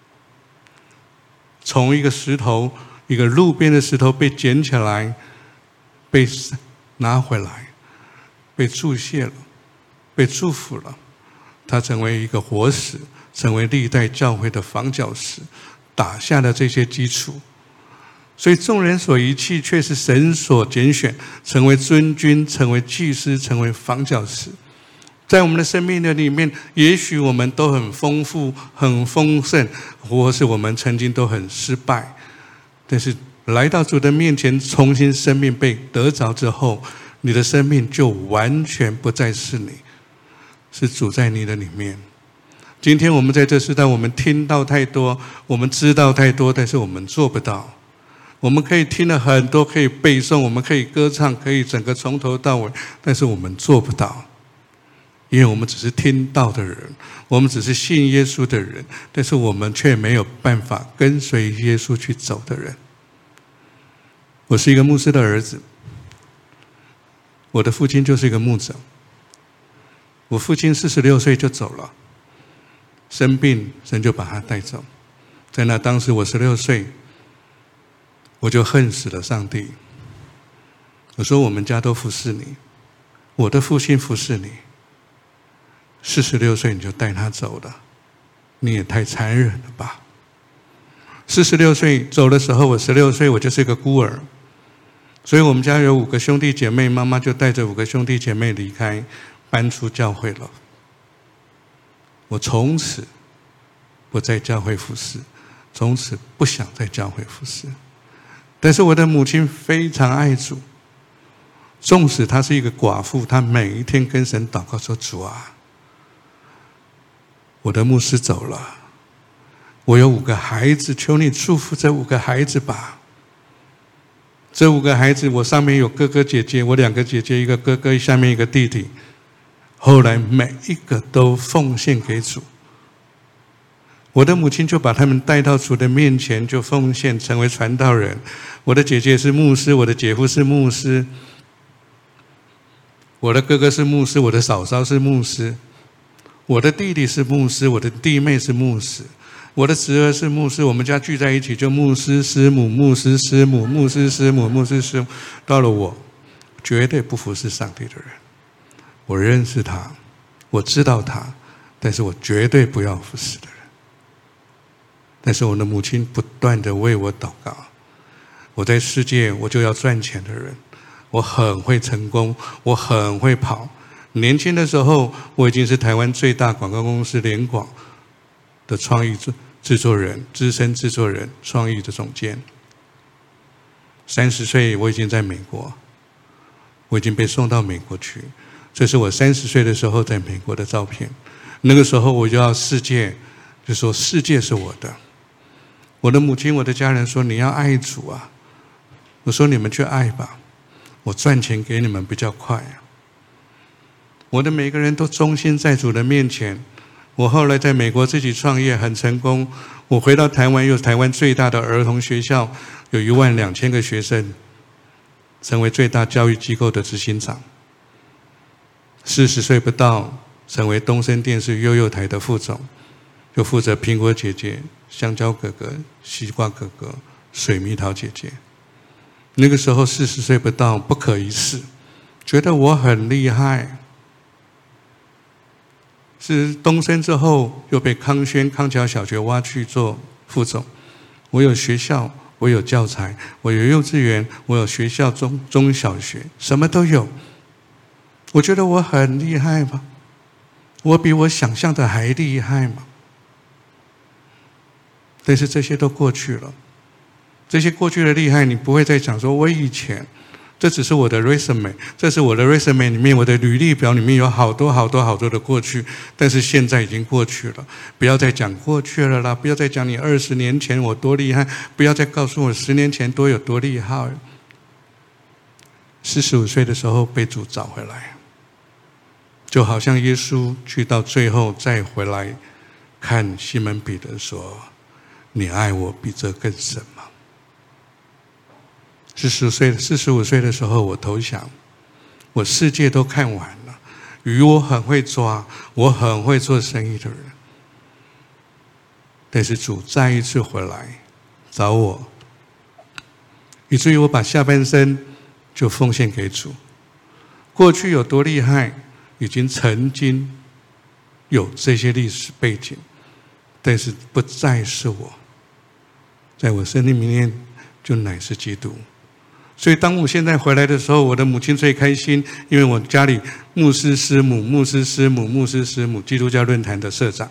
从一个石头，一个路边的石头被捡起来，被拿回来，被注谢了，被祝福了，他成为一个活石，成为历代教会的房角石，打下了这些基础。所以众人所遗弃，却是神所拣选，成为尊君，成为祭司，成为房角石。在我们的生命的里面，也许我们都很丰富、很丰盛，或是我们曾经都很失败，但是来到主的面前，重新生命被得着之后，你的生命就完全不再是你，是主在你的里面。今天我们在这时代，我们听到太多，我们知道太多，但是我们做不到。我们可以听了很多，可以背诵，我们可以歌唱，可以整个从头到尾，但是我们做不到。因为我们只是听到的人，我们只是信耶稣的人，但是我们却没有办法跟随耶稣去走的人。我是一个牧师的儿子，我的父亲就是一个牧者。我父亲四十六岁就走了，生病，神就把他带走。在那当时我十六岁，我就恨死了上帝。我说我们家都服侍你，我的父亲服侍你，四十六岁你就带他走了，你也太残忍了吧。四十六岁走的时候，我十六岁，我就是一个孤儿，所以我们家有五个兄弟姐妹，妈妈就带着五个兄弟姐妹离开，搬出教会了。我从此不在教会服侍，从此不想在教会服侍。但是我的母亲非常爱主，纵使她是一个寡妇，她每一天跟神祷告说，主啊，我的牧师走了，我有五个孩子，求你祝福这五个孩子吧。这五个孩子，我上面有哥哥姐姐，我两个姐姐，一个哥哥，下面一个弟弟。后来每一个都奉献给主，我的母亲就把他们带到主的面前，就奉献成为传道人。我的姐姐是牧师，我的姐夫是牧师，我的哥哥是牧师，我的嫂嫂是牧师，我的弟弟是牧师，我的弟妹是牧师。 我的侄儿是牧师，我们家聚在一起就牧师师母、牧师师母、牧师师母、牧师师母。到了我，绝对不服侍上帝的人。我认识他，我知道他，但是我绝对不要服侍的人。但是我的母亲不断的为我祷告。我在世界，我就要赚钱的人，我很会成功，我很会跑。年轻的时候，我已经是台湾最大广告公司联广的创意制作人、资深制作人、创意的总监。三十岁，我已经在美国，我已经被送到美国去。这是我三十岁的时候在美国的照片。那个时候，我就要世界，就说世界是我的。我的母亲、我的家人说：“你要爱主啊！”我说：“你们去爱吧，我赚钱给你们比较快啊。”我的每个人都忠心在主的面前。我后来在美国自己创业很成功，我回到台湾，有台湾最大的儿童学校，有一万两千个学生，成为最大教育机构的执行长。四十岁不到，成为东森电视幼幼台的副总，就负责苹果姐姐、香蕉哥哥、西瓜哥哥、水蜜桃姐姐。那个时候四十岁不到，不可一世，觉得我很厉害。是东升之后，又被康轩康桥小学挖去做副总。我有学校，我有教材，我有幼稚园，我有学校中中小学，什么都有。我觉得我很厉害吗？我比我想象的还厉害吗？但是这些都过去了。这些过去的厉害，你不会再讲说我以前，这只是我的 resume， 这是我的 resume 里面，我的履历表里面有好多好多好多的过去，但是现在已经过去了。不要再讲过去了啦，不要再讲你二十年前我多厉害，不要再告诉我十年前多有多厉害。四十五岁的时候被主找回来，就好像耶稣去到最后再回来看西门彼得说：“你爱我比这更深吗？”四十岁、四十五岁的时候，我投降，我世界都看完了。鱼我很会抓，我很会做生意的人，但是主再一次回来找我，以至于我把下半生就奉献给主。过去有多厉害，已经曾经有这些历史背景，但是不再是我，在我生命里面就乃是基督。所以当我现在回来的时候，我的母亲最开心，因为我家里牧师师母、牧师师母、牧师师母，基督教论坛的社长。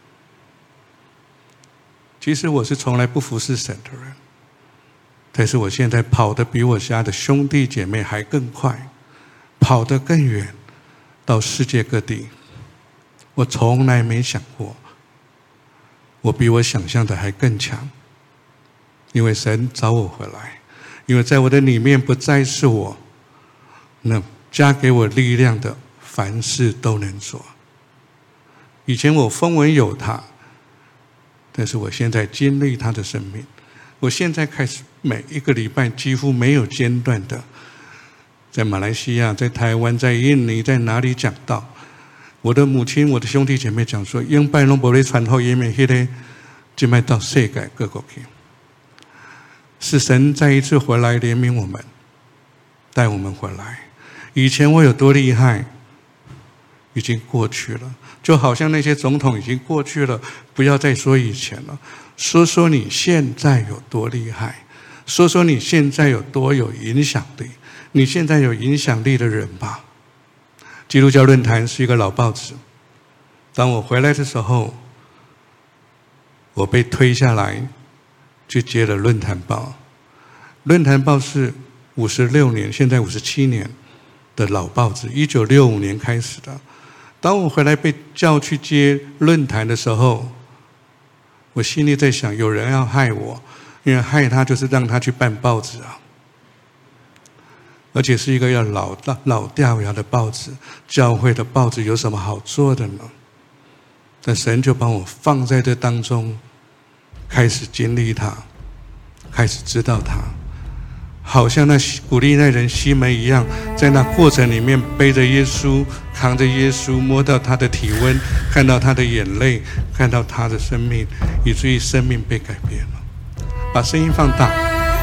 其实我是从来不服侍神的人，但是我现在跑得比我家的兄弟姐妹还更快，跑得更远，到世界各地。我从来没想过，我比我想象的还更强，因为神找我回来。因为在我的里面不再是我，那加给我力量的，凡事都能做。以前我风闻有他，但是我现在经历他的生命。我现在开始每一个礼拜几乎没有间断的，在马来西亚、在台湾、在印尼，在哪里讲道。我的母亲、我的兄弟姐妹讲说，永拜拢无咧传福音的迄个，就卖到世界各国去。是神再一次回来怜悯我们，带我们回来。以前我有多厉害，已经过去了，就好像那些总统已经过去了，不要再说以前了，说说你现在有多厉害，说说你现在有多有影响力，你现在有影响力的人吧。基督教论坛是一个老报纸，当我回来的时候，我被推下来去接了论坛报。论坛报是五十六年，现在五十七年的老报纸，一九六五年开始的。当我回来被叫去接论坛的时候，我心里在想，有人要害我，因为害他就是让他去办报纸啊，而且是一个要老老掉牙的报纸，教会的报纸有什么好做的呢？但神就把我放在这当中，开始经历他，开始知道他。 好像那古利奈人西门一样，在那过程里面背着耶稣，扛着耶稣，摸到他的体温，看到他的眼泪，看到他的生命，以至于生命被改变了。把声音放大。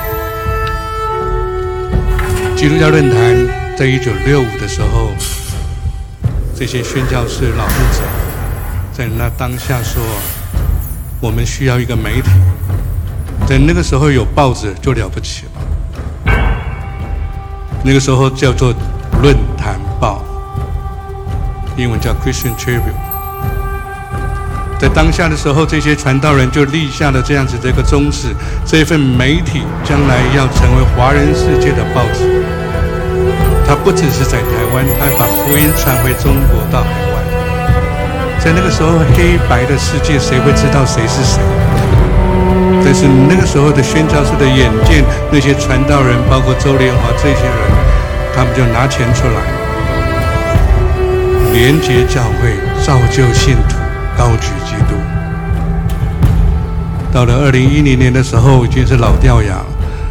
基督教论坛在一九六五的时候，这些宣教士老牧者在那当下说，我们需要一个媒体。在那个时候有报纸就了不起了，那个时候叫做论坛报，英文叫 Christian Tribune。 在当下的时候，这些传道人就立下了这样子的一个宗旨，这份媒体将来要成为华人世界的报纸。它不只是在台湾，它把福音传回中国到海外。在那个时候，黑白的世界谁会知道谁是谁？但是那个时候的宣教士的眼见，那些传道人，包括周连华这些人，他们就拿钱出来，连结教会，造就信徒，高举基督。到了二零一零年的时候，已经是老掉牙了，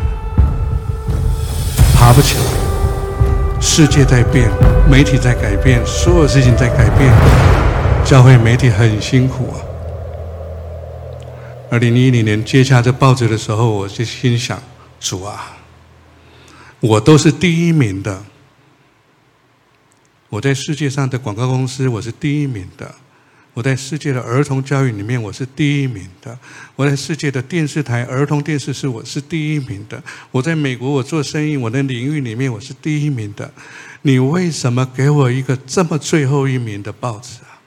爬不起来。世界在变，媒体在改变，所有事情在改变，教会媒体很辛苦啊。二零一零年接下这报纸的时候，我就心想：主啊，我都是第一名的。我在世界上的广告公司，我是第一名的；我在世界的儿童教育里面，我是第一名的；我在世界的电视台儿童电视是我是第一名的；我在美国我做生意，我的领域里面我是第一名的。你为什么给我一个这么最后一名的报纸啊？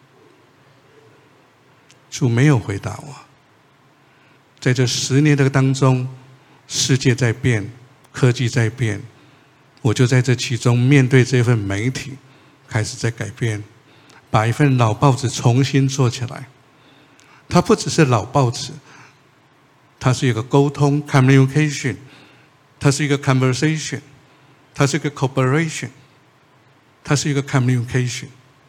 主没有回答我。在这十年的当中，世界在变，科技在变，我就在这其中面对这份媒体，开始在改变，把一份老报纸重新做起来。它不只是老报纸，它是一个沟通 communication， 它是一个 conversation， 它是一个 cooperation， 它是一个 communication。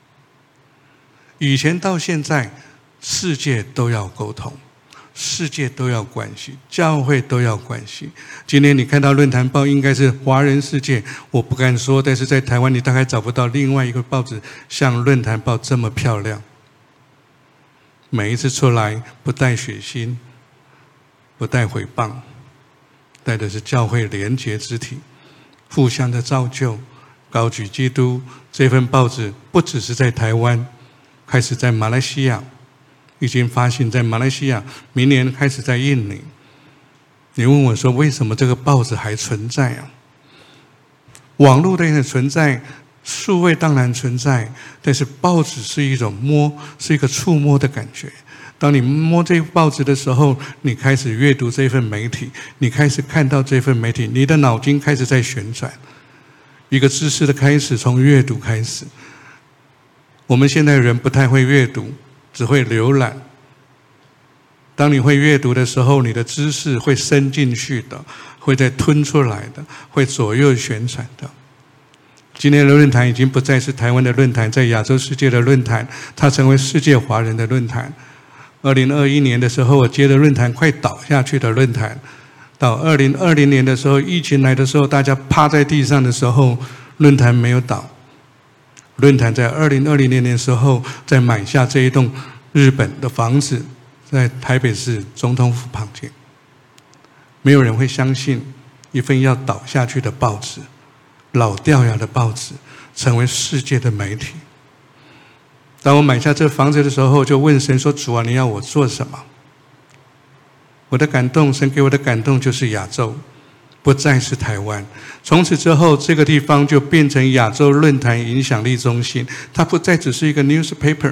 以前到现在，世界都要沟通，世界都要关系，教会都要关系。今天你看到论坛报应该是华人世界，我不敢说，但是在台湾你大概找不到另外一个报纸像论坛报这么漂亮。每一次出来不带血腥，不带毁谤，带的是教会连结肢体，互相的造就，高举基督。这份报纸不只是在台湾，开始在马来西亚，已经发行在马来西亚，明年开始在印尼。你问我说，为什么这个报纸还存在啊？网络的存在，数位当然存在，但是报纸是一种摸，是一个触摸的感觉。当你摸这个报纸的时候，你开始阅读这份媒体，你开始看到这份媒体，你的脑筋开始在旋转。一个知识的开始从阅读开始。我们现在人不太会阅读，只会浏览。当你会阅读的时候，你的知识会伸进去的，会再吞出来的，会左右旋转的。今天的论坛已经不再是台湾的论坛，在亚洲世界的论坛，它成为世界华人的论坛。二零二一年的时候，我接的论坛快倒下去的论坛，到二零二零年的时候，疫情来的时候，大家趴在地上的时候，论坛没有倒。论坛在二零二零年的时候，在买下这一栋日本的房子，在台北市总统府旁边。没有人会相信一份要倒下去的报纸，老掉牙的报纸，成为世界的媒体。当我买下这房子的时候，就问神说：主啊，你要我做什么？我的感动，神给我的感动就是亚洲，不再是台湾。从此之后，这个地方就变成亚洲论坛影响力中心。它不再只是一个 newspaper，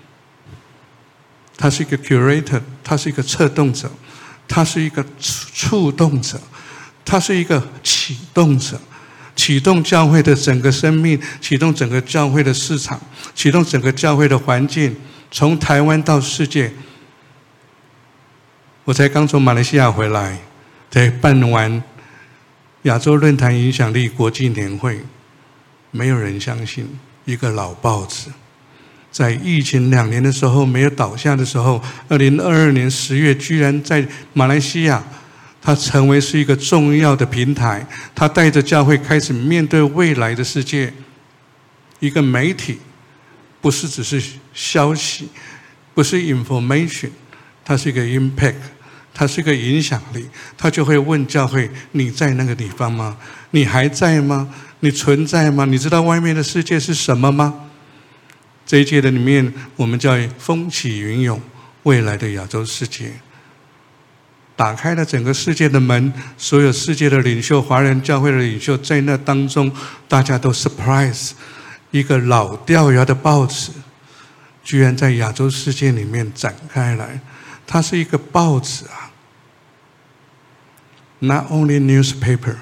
它是一个 curator， 它是一个策动者，它是一个触动者，它是一个启动者，启动教会的整个生命，启动整个教会的市场，启动整个教会的环境，从台湾到世界。我才刚从马来西亚回来，才办完亚洲论坛影响力国际年会，没有人相信一个老报纸在疫情两年的时候没有倒下的时候，二零二二年十月居然在马来西亚它成为是一个重要的平台，它带着教会开始面对未来的世界。一个媒体不是只是消息，不是 information， 它是一个 impact， 它是一个影响力。它就会问教会：你在那个地方吗？你还在吗？你存在吗？你知道外面的世界是什么吗？这一届的里面，我们叫风起云涌，未来的亚洲世界。打开了整个世界的门，所有世界的领袖、华人教会的领袖在那当中，大家都 surprise， 一个老掉牙的报纸，居然在亚洲世界里面展开来。它是一个报纸啊 ，not only newspaper，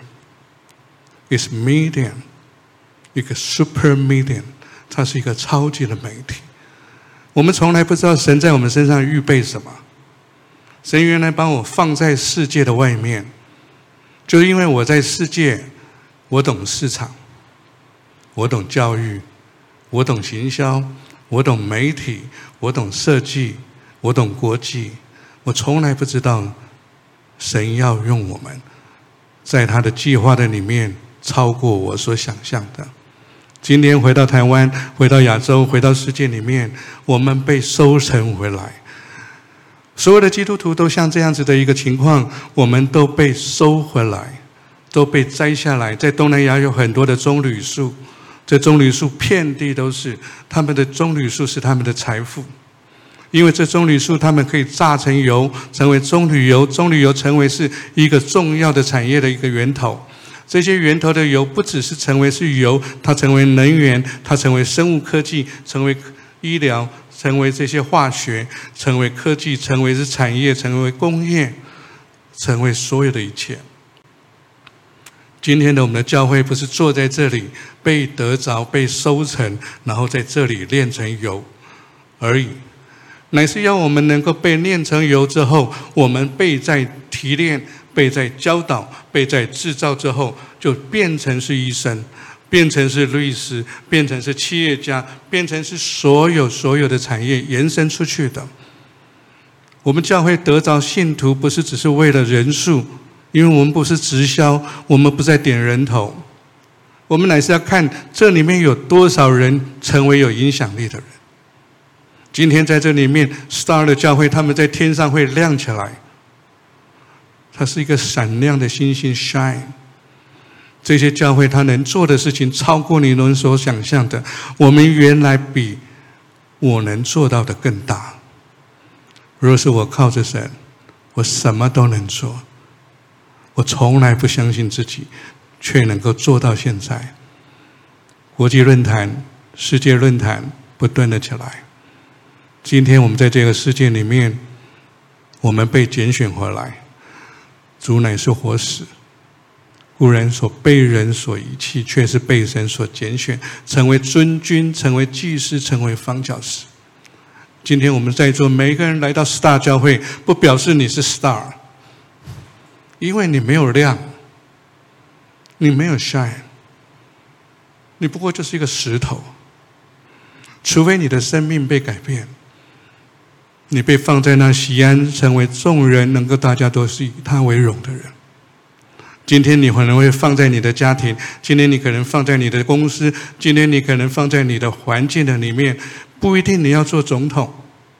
it's medium， 一个 super medium， 它是一个超级的媒体。我们从来不知道神在我们身上预备什么。神原来把我放在世界的外面，就是因为我在世界，我懂市场，我懂教育，我懂行销，我懂媒体，我懂设计，我懂国际。我从来不知道神要用我们，在他的计划的里面超过我所想象的。今天回到台湾，回到亚洲，回到世界里面，我们被收成回来。所有的基督徒都像这样子的一个情况，我们都被收回来，都被摘下来。在东南亚有很多的棕榈树，这棕榈树遍地都是，他们的棕榈树是他们的财富，因为这棕榈树他们可以榨成油，成为棕榈油，棕榈油成为是一个重要的产业的一个源头。这些源头的油不只是成为是油，它成为能源，它成为生物科技，成为医疗，成为这些化学，成为科技，成为是产业，成为工业，成为所有的一切。今天的我们的教会不是坐在这里被得着、被收成，然后在这里炼成油而已，乃是要我们能够被炼成油之后，我们被在提炼、被在教导、被在制造之后，就变成是医生，变成是律师，变成是企业家，变成是所有所有的产业延伸出去的。我们教会得着信徒，不是只是为了人数，因为我们不是直销，我们不在点人头，我们乃是要看这里面有多少人成为有影响力的人。今天在这里面 Star 的教会，他们在天上会亮起来，它是一个闪亮的星星 shine。这些教会他能做的事情超过你们所想象的，我们原来比我能做到的更大。若是我靠着神，我什么都能做。我从来不相信自己，却能够做到现在。国际论坛、世界论坛不断的起来。今天我们在这个世界里面，我们被拣选回来，主乃是活石。故人所被人所遗弃，却是被神所拣选，成为尊君，成为祭司，成为方教师。今天我们在座每一个人来到 Star 教会，不表示你是 Star， 因为你没有亮，你没有 shine， 你不过就是一个石头。除非你的生命被改变，你被放在那锡安，成为众人能够大家都是以他为荣的人。今天你可能会放在你的家庭，今天你可能放在你的公司，今天你可能放在你的环境的里面，不一定你要做总统，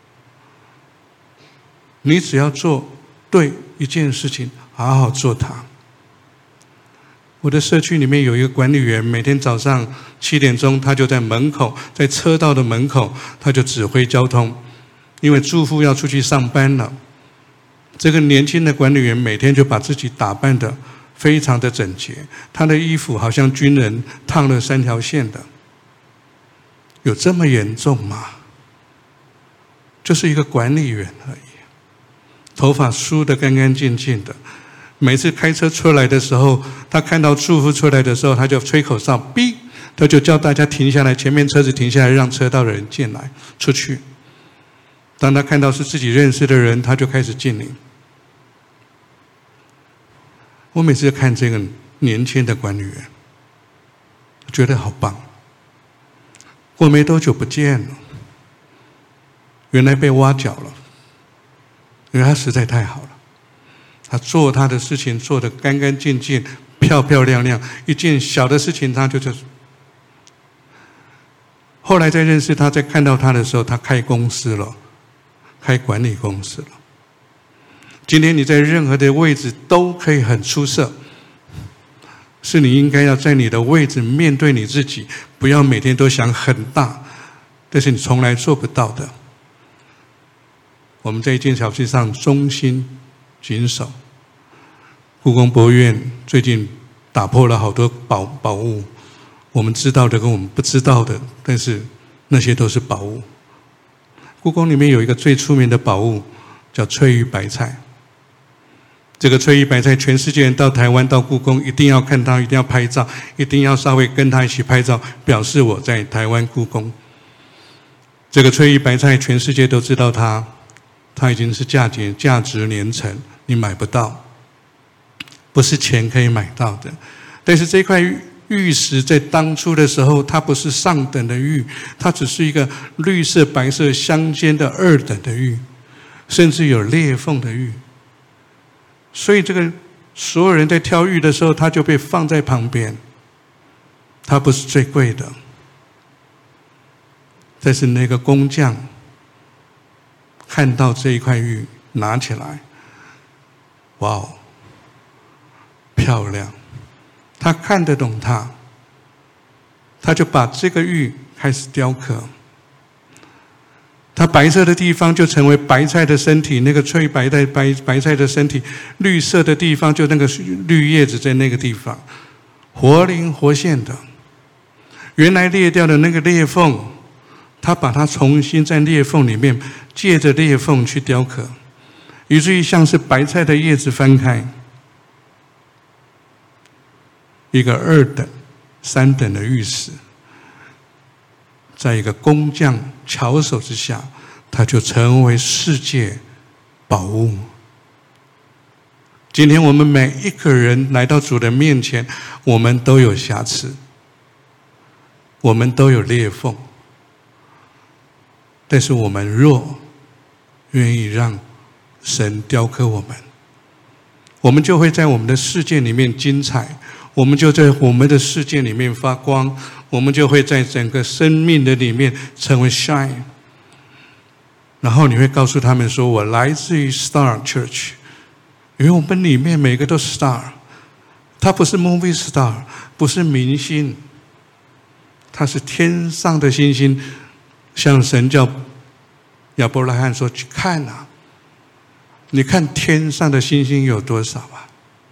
你只要做对一件事情，好好做它。我的社区里面有一个管理员，每天早上七点钟，他就在门口，在车道的门口，他就指挥交通，因为住户要出去上班了。这个年轻的管理员每天就把自己打扮得非常的整洁，他的衣服好像军人烫了三条线的。有这么严重吗？就是一个管理员而已，头发梳得干干净净的。每次开车出来的时候，他看到住户出来的时候，他就吹口哨，哔，他就叫大家停下来，前面车子停下来，让车道的人进来出去。当他看到是自己认识的人，他就开始敬礼。我每次看这个年轻的管理员，觉得好棒。过没多久不见了，原来被挖角了，因为他实在太好了。 他做他的事情做得干干净净、漂漂亮亮，一件小的事情他就就。后来在认识他，在看到他的时候，他开公司了，开管理公司了。今天你在任何的位置都可以很出色，是你应该要在你的位置面对你自己，不要每天都想很大，但是你从来做不到的。我们在一件小事上忠心谨守。故宫博物院最近打破了好多宝宝物，我们知道的跟我们不知道的，但是那些都是宝物。故宫里面有一个最出名的宝物，叫翠玉白菜。这个翠玉白菜，全世界人到台湾到故宫一定要看它，一定要拍照，一定要稍微跟它一起拍照，表示我在台湾故宫。这个翠玉白菜，全世界都知道它，它已经是价值价值连城，你买不到，不是钱可以买到的。但是这块玉石在当初的时候，它不是上等的玉，它只是一个绿色白色相间的二等的玉，甚至有裂缝的玉。所以这个所有人在挑玉的时候，它就被放在旁边，它不是最贵的。但是那个工匠看到这一块玉，拿起来，哇哦，漂亮！他看得懂它，他就把这个玉开始雕刻。它白色的地方就成为白菜的身体，那个翠白的白白菜的身体；绿色的地方就那个绿叶子在那个地方，活灵活现的。原来裂掉的那个裂缝，他把它重新在裂缝里面借着裂缝去雕刻，以至于像是白菜的叶子翻开，一个二等、三等的玉石。在一个工匠巧手之下，它就成为世界宝物。今天我们每一个人来到主的面前，我们都有瑕疵，我们都有裂缝，但是我们若愿意让神雕刻我们，我们就会在我们的世界里面精彩，我们就在我们的世界里面发光，我们就会在整个生命的里面成为 shine。 然后你会告诉他们说，我来自于 Star Church， 因为我们里面每个都是 star， 他不是 movie star， 不是明星，他是天上的星星。像神叫亚伯拉罕说，去看啊，你看天上的星星有多少啊？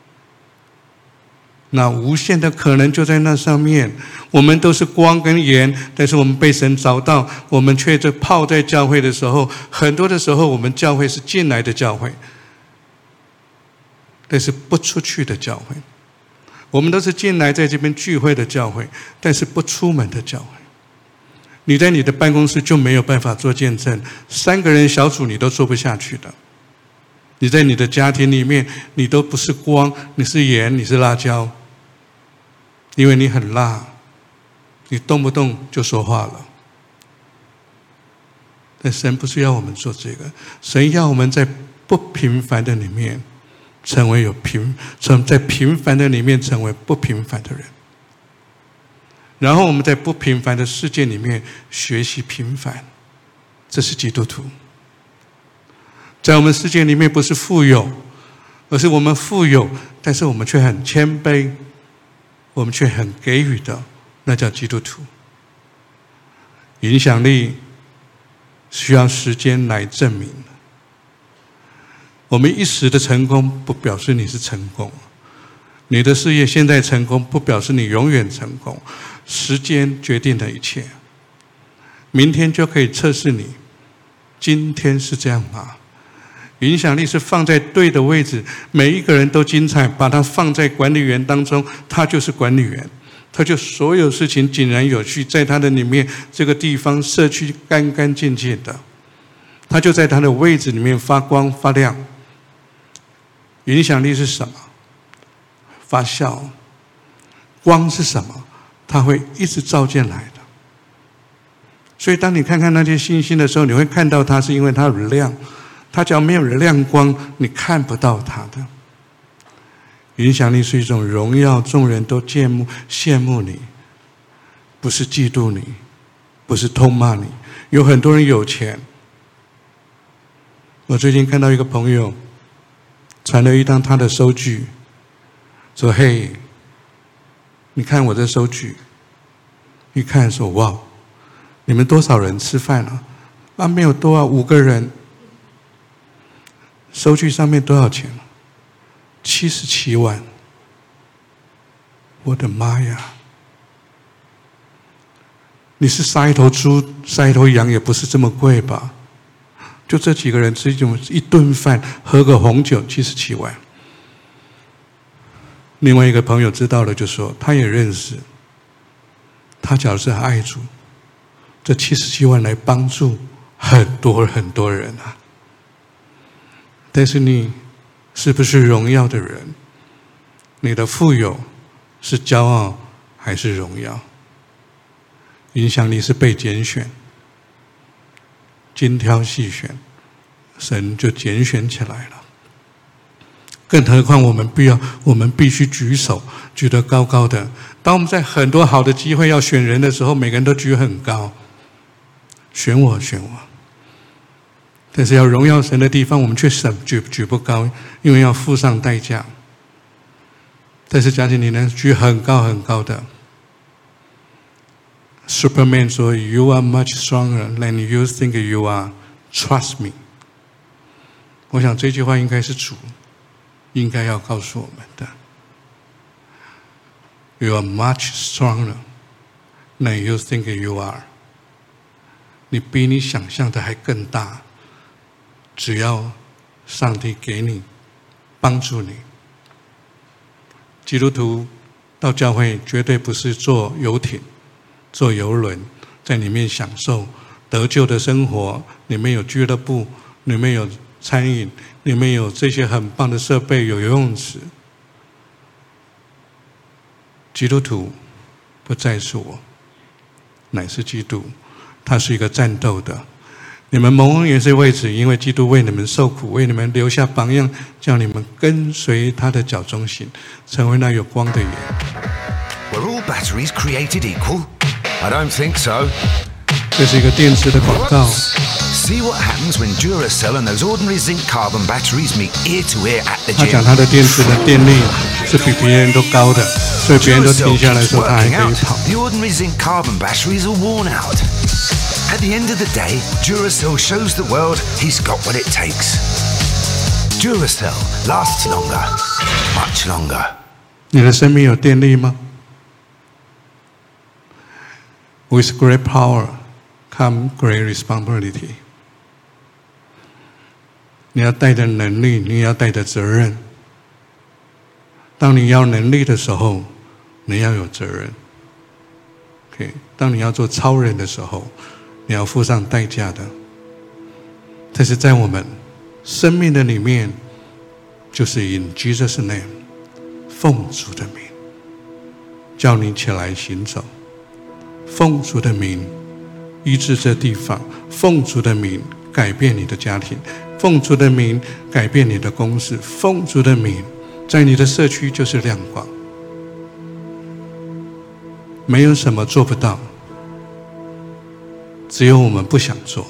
那无限的可能就在那上面。我们都是光跟盐，但是我们被神找到，我们却在泡在教会的时候，很多的时候我们教会是进来的教会，但是不出去的教会。我们都是进来在这边聚会的教会，但是不出门的教会。你在你的办公室就没有办法做见证，三个人小组你都做不下去的。你在你的家庭里面，你都不是光，你是盐，你是辣椒，因为你很辣，你动不动就说话了。但神不是要我们做这个，神要我们在不平凡的里面成为有平，在平凡的里面成为不平凡的人。然后我们在不平凡的世界里面学习平凡，这是基督徒。在我们世界里面不是富有，而是我们富有，但是我们却很谦卑，我们却很给予的，那叫基督徒。影响力需要时间来证明。我们一时的成功不表示你是成功，你的事业现在成功不表示你永远成功。时间决定了一切，明天就可以测试你今天是这样吗？影响力是放在对的位置，每一个人都精彩，把它放在管理员当中，他就是管理员，他就所有事情井然有序，在他的里面这个地方社区干干净净的，他就在他的位置里面发光发亮。影响力是什么？发酵。光是什么？它会一直照进来的。所以当你看看那些星星的时候，你会看到它是因为它有亮，它只要没有亮光，你看不到它的。 影响力是一种荣耀，众人都羡慕羡慕你，不是嫉妒你，不是痛骂你。有很多人有钱，我最近看到一个朋友传了一张他的收据，说：“嘿，你看我这收据。”一看说：“哇，你们多少人吃饭啊？啊，没有多啊，五个人。收据上面多少钱？七十七万。我的妈呀！你是杀一头猪、杀一头羊，也不是这么贵吧？就这几个人吃一种一顿饭，喝个红酒，七十七万。”另外一个朋友知道了，就说他也认识，他假如是爱主，这七十七万来帮助很多很多人啊。但是你是不是荣耀的人？你的富有是骄傲还是荣耀？影响力是被拣选，精挑细选，神就拣选起来了。更何况我们必要，我们必须举手举得高高的。当我们在很多好的机会要选人的时候，每个人都举很高，选我，选我。但是要荣耀神的地方，我们却举举不高，因为要付上代价。但是假使你能举很高很高的， Superman 说 You are much stronger than you think you are. Trust me. 我想这句话应该是主应该要告诉我们的。You are much stronger than you think you are. 你比你想象的还更大，只要上帝给你帮助你。基督徒到教会绝对不是坐游艇、坐游轮，在里面享受得救的生活，里面有俱乐部，里面有餐饮，里面有这些很棒的设备，有游泳池。基督徒不再是我，乃是基督，他是一个战斗的。你们蒙恩也是为此，因为基督为你们受苦，为你们留下榜样，叫你们跟随他的脚中行，成为那有光的眼。 Were all batteries created equal? I don't think so. 这是一个电池的广告。 See what happens when Duracell and those ordinary zinc-carbon batteries meet ear to ear at the 他 gym. 讲他的电池的电力是比别人都高的，所以别人都停 Duracell 下来 keeps 说他还 working 可以 out. 跑。 The ordinary zinc-carbon batteries are worn out. At the end of the day, Duracell shows the world he's got what it takes. Duracell lasts longer, much longer. 你的生命有电力吗？ With great power come great responsibility. 你要带着能力，你也要带着责任。当你要能力的时候，你要有责任。OK， 当你要做超人的时候，你要付上代价的。但是在我们生命的里面，就是 in Jesus' name， 奉主的名，叫你起来行走。奉主的名医治这地方，奉主的名改变你的家庭，奉主的名改变你的公司，奉主的名在你的社区就是亮光。没有什么做不到，只有我们不想做。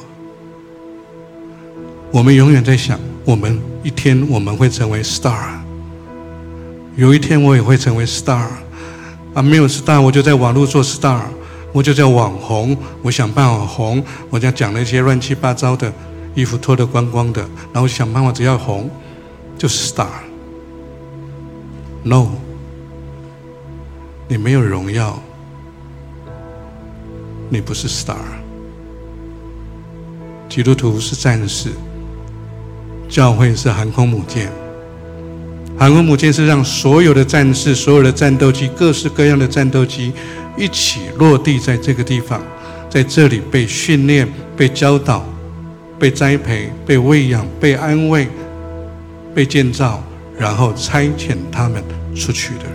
我们永远在想，我们一天我们会成为 star， 有一天我也会成为 star 啊！没有 star， 我就在网络做 star， 我就叫网红，我想办法红，我就讲那些乱七八糟的衣服脱得光光的，然后想办法只要红就是 star。No， 你没有荣耀，你不是 star。基督徒是战士，教会是航空母舰。航空母舰是让所有的战士、所有的战斗机、各式各样的战斗机一起落地在这个地方，在这里被训练、被教导、被栽培、被喂养、被安慰、被建造，然后差遣他们出去的人。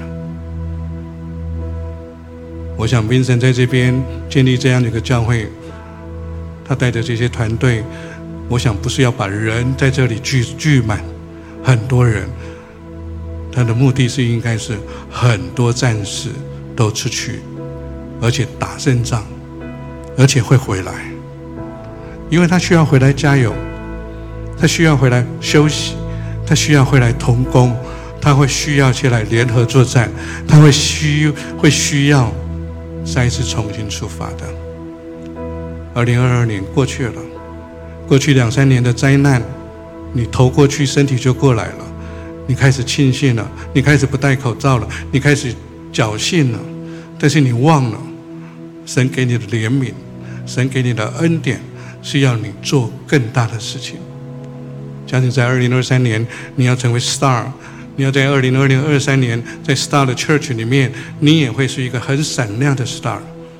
我想 Vincent 在这边建立这样的一个教会，他带着这些团队，我想不是要把人在这里聚聚满很多人， 他的目的是应该是很多战士都出去，而且打胜仗，而且会回来，因为他需要回来加油，他需要回来休息，他需要回来同工，他会需要起来联合作战，他会需会需要再一次重新出发的。二零二二年过去了，过去两三年的灾难，你头过去身体就过来了，你开始庆幸了，你开始不戴口罩了，你开始侥幸了，但是你忘了神给你的怜悯，神给你的恩典是要你做更大的事情。相信在二零二三年你要成为 star， 你要在二零二零二三年在 star 的 church 里面，你也会是一个很闪亮的 star。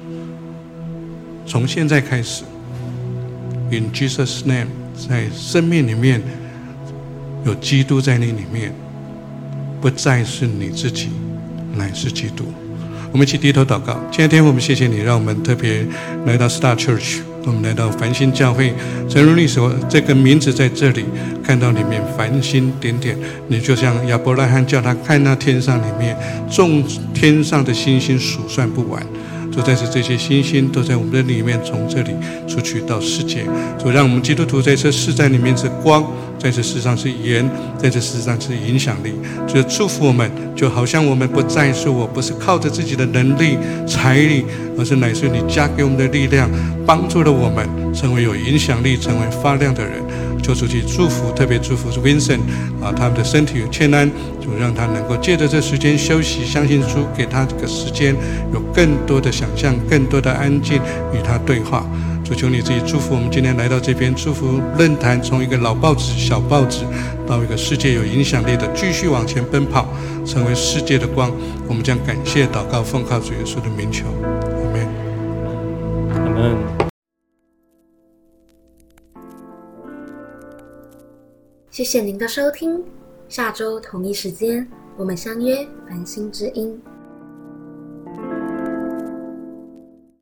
从现在开始 In Jesus name， 在生命里面有基督在你里面，不再是你自己，乃是基督。我们一起低头祷告。亲爱的天父，我们谢谢你，让我们特别来到 Star Church， 我们来到繁星教会。诚如你所这个名字在这里看到里面繁星点点，你就像亚伯拉罕叫他看那天上里面众天上的星星数算不完。主，在此这些星星都在我们的里面，从这里出去到世界。主，让我们基督徒在这世代里面是光，在这世上是盐，在这世上是影响力。主，祝福我们，就好像我们不再是我不是靠着自己的能力财力，而是乃是你加给我们的力量，帮助了我们成为有影响力，成为发亮的人。求主去祝福，特别祝福 Vincent 啊，他们的身体有欠安，主让他能够借着这时间休息，相信主给他这个时间有更多的想象，更多的安静与他对话。主，求你自己祝福我们今天来到这边，祝福论坛从一个老报纸小报纸到一个世界有影响力的，继续往前奔跑，成为世界的光。我们将感谢祷告奉靠主耶稣的名求，阿们。 阿们。 谢谢您的收听，下周同一时间我们相约繁星之音。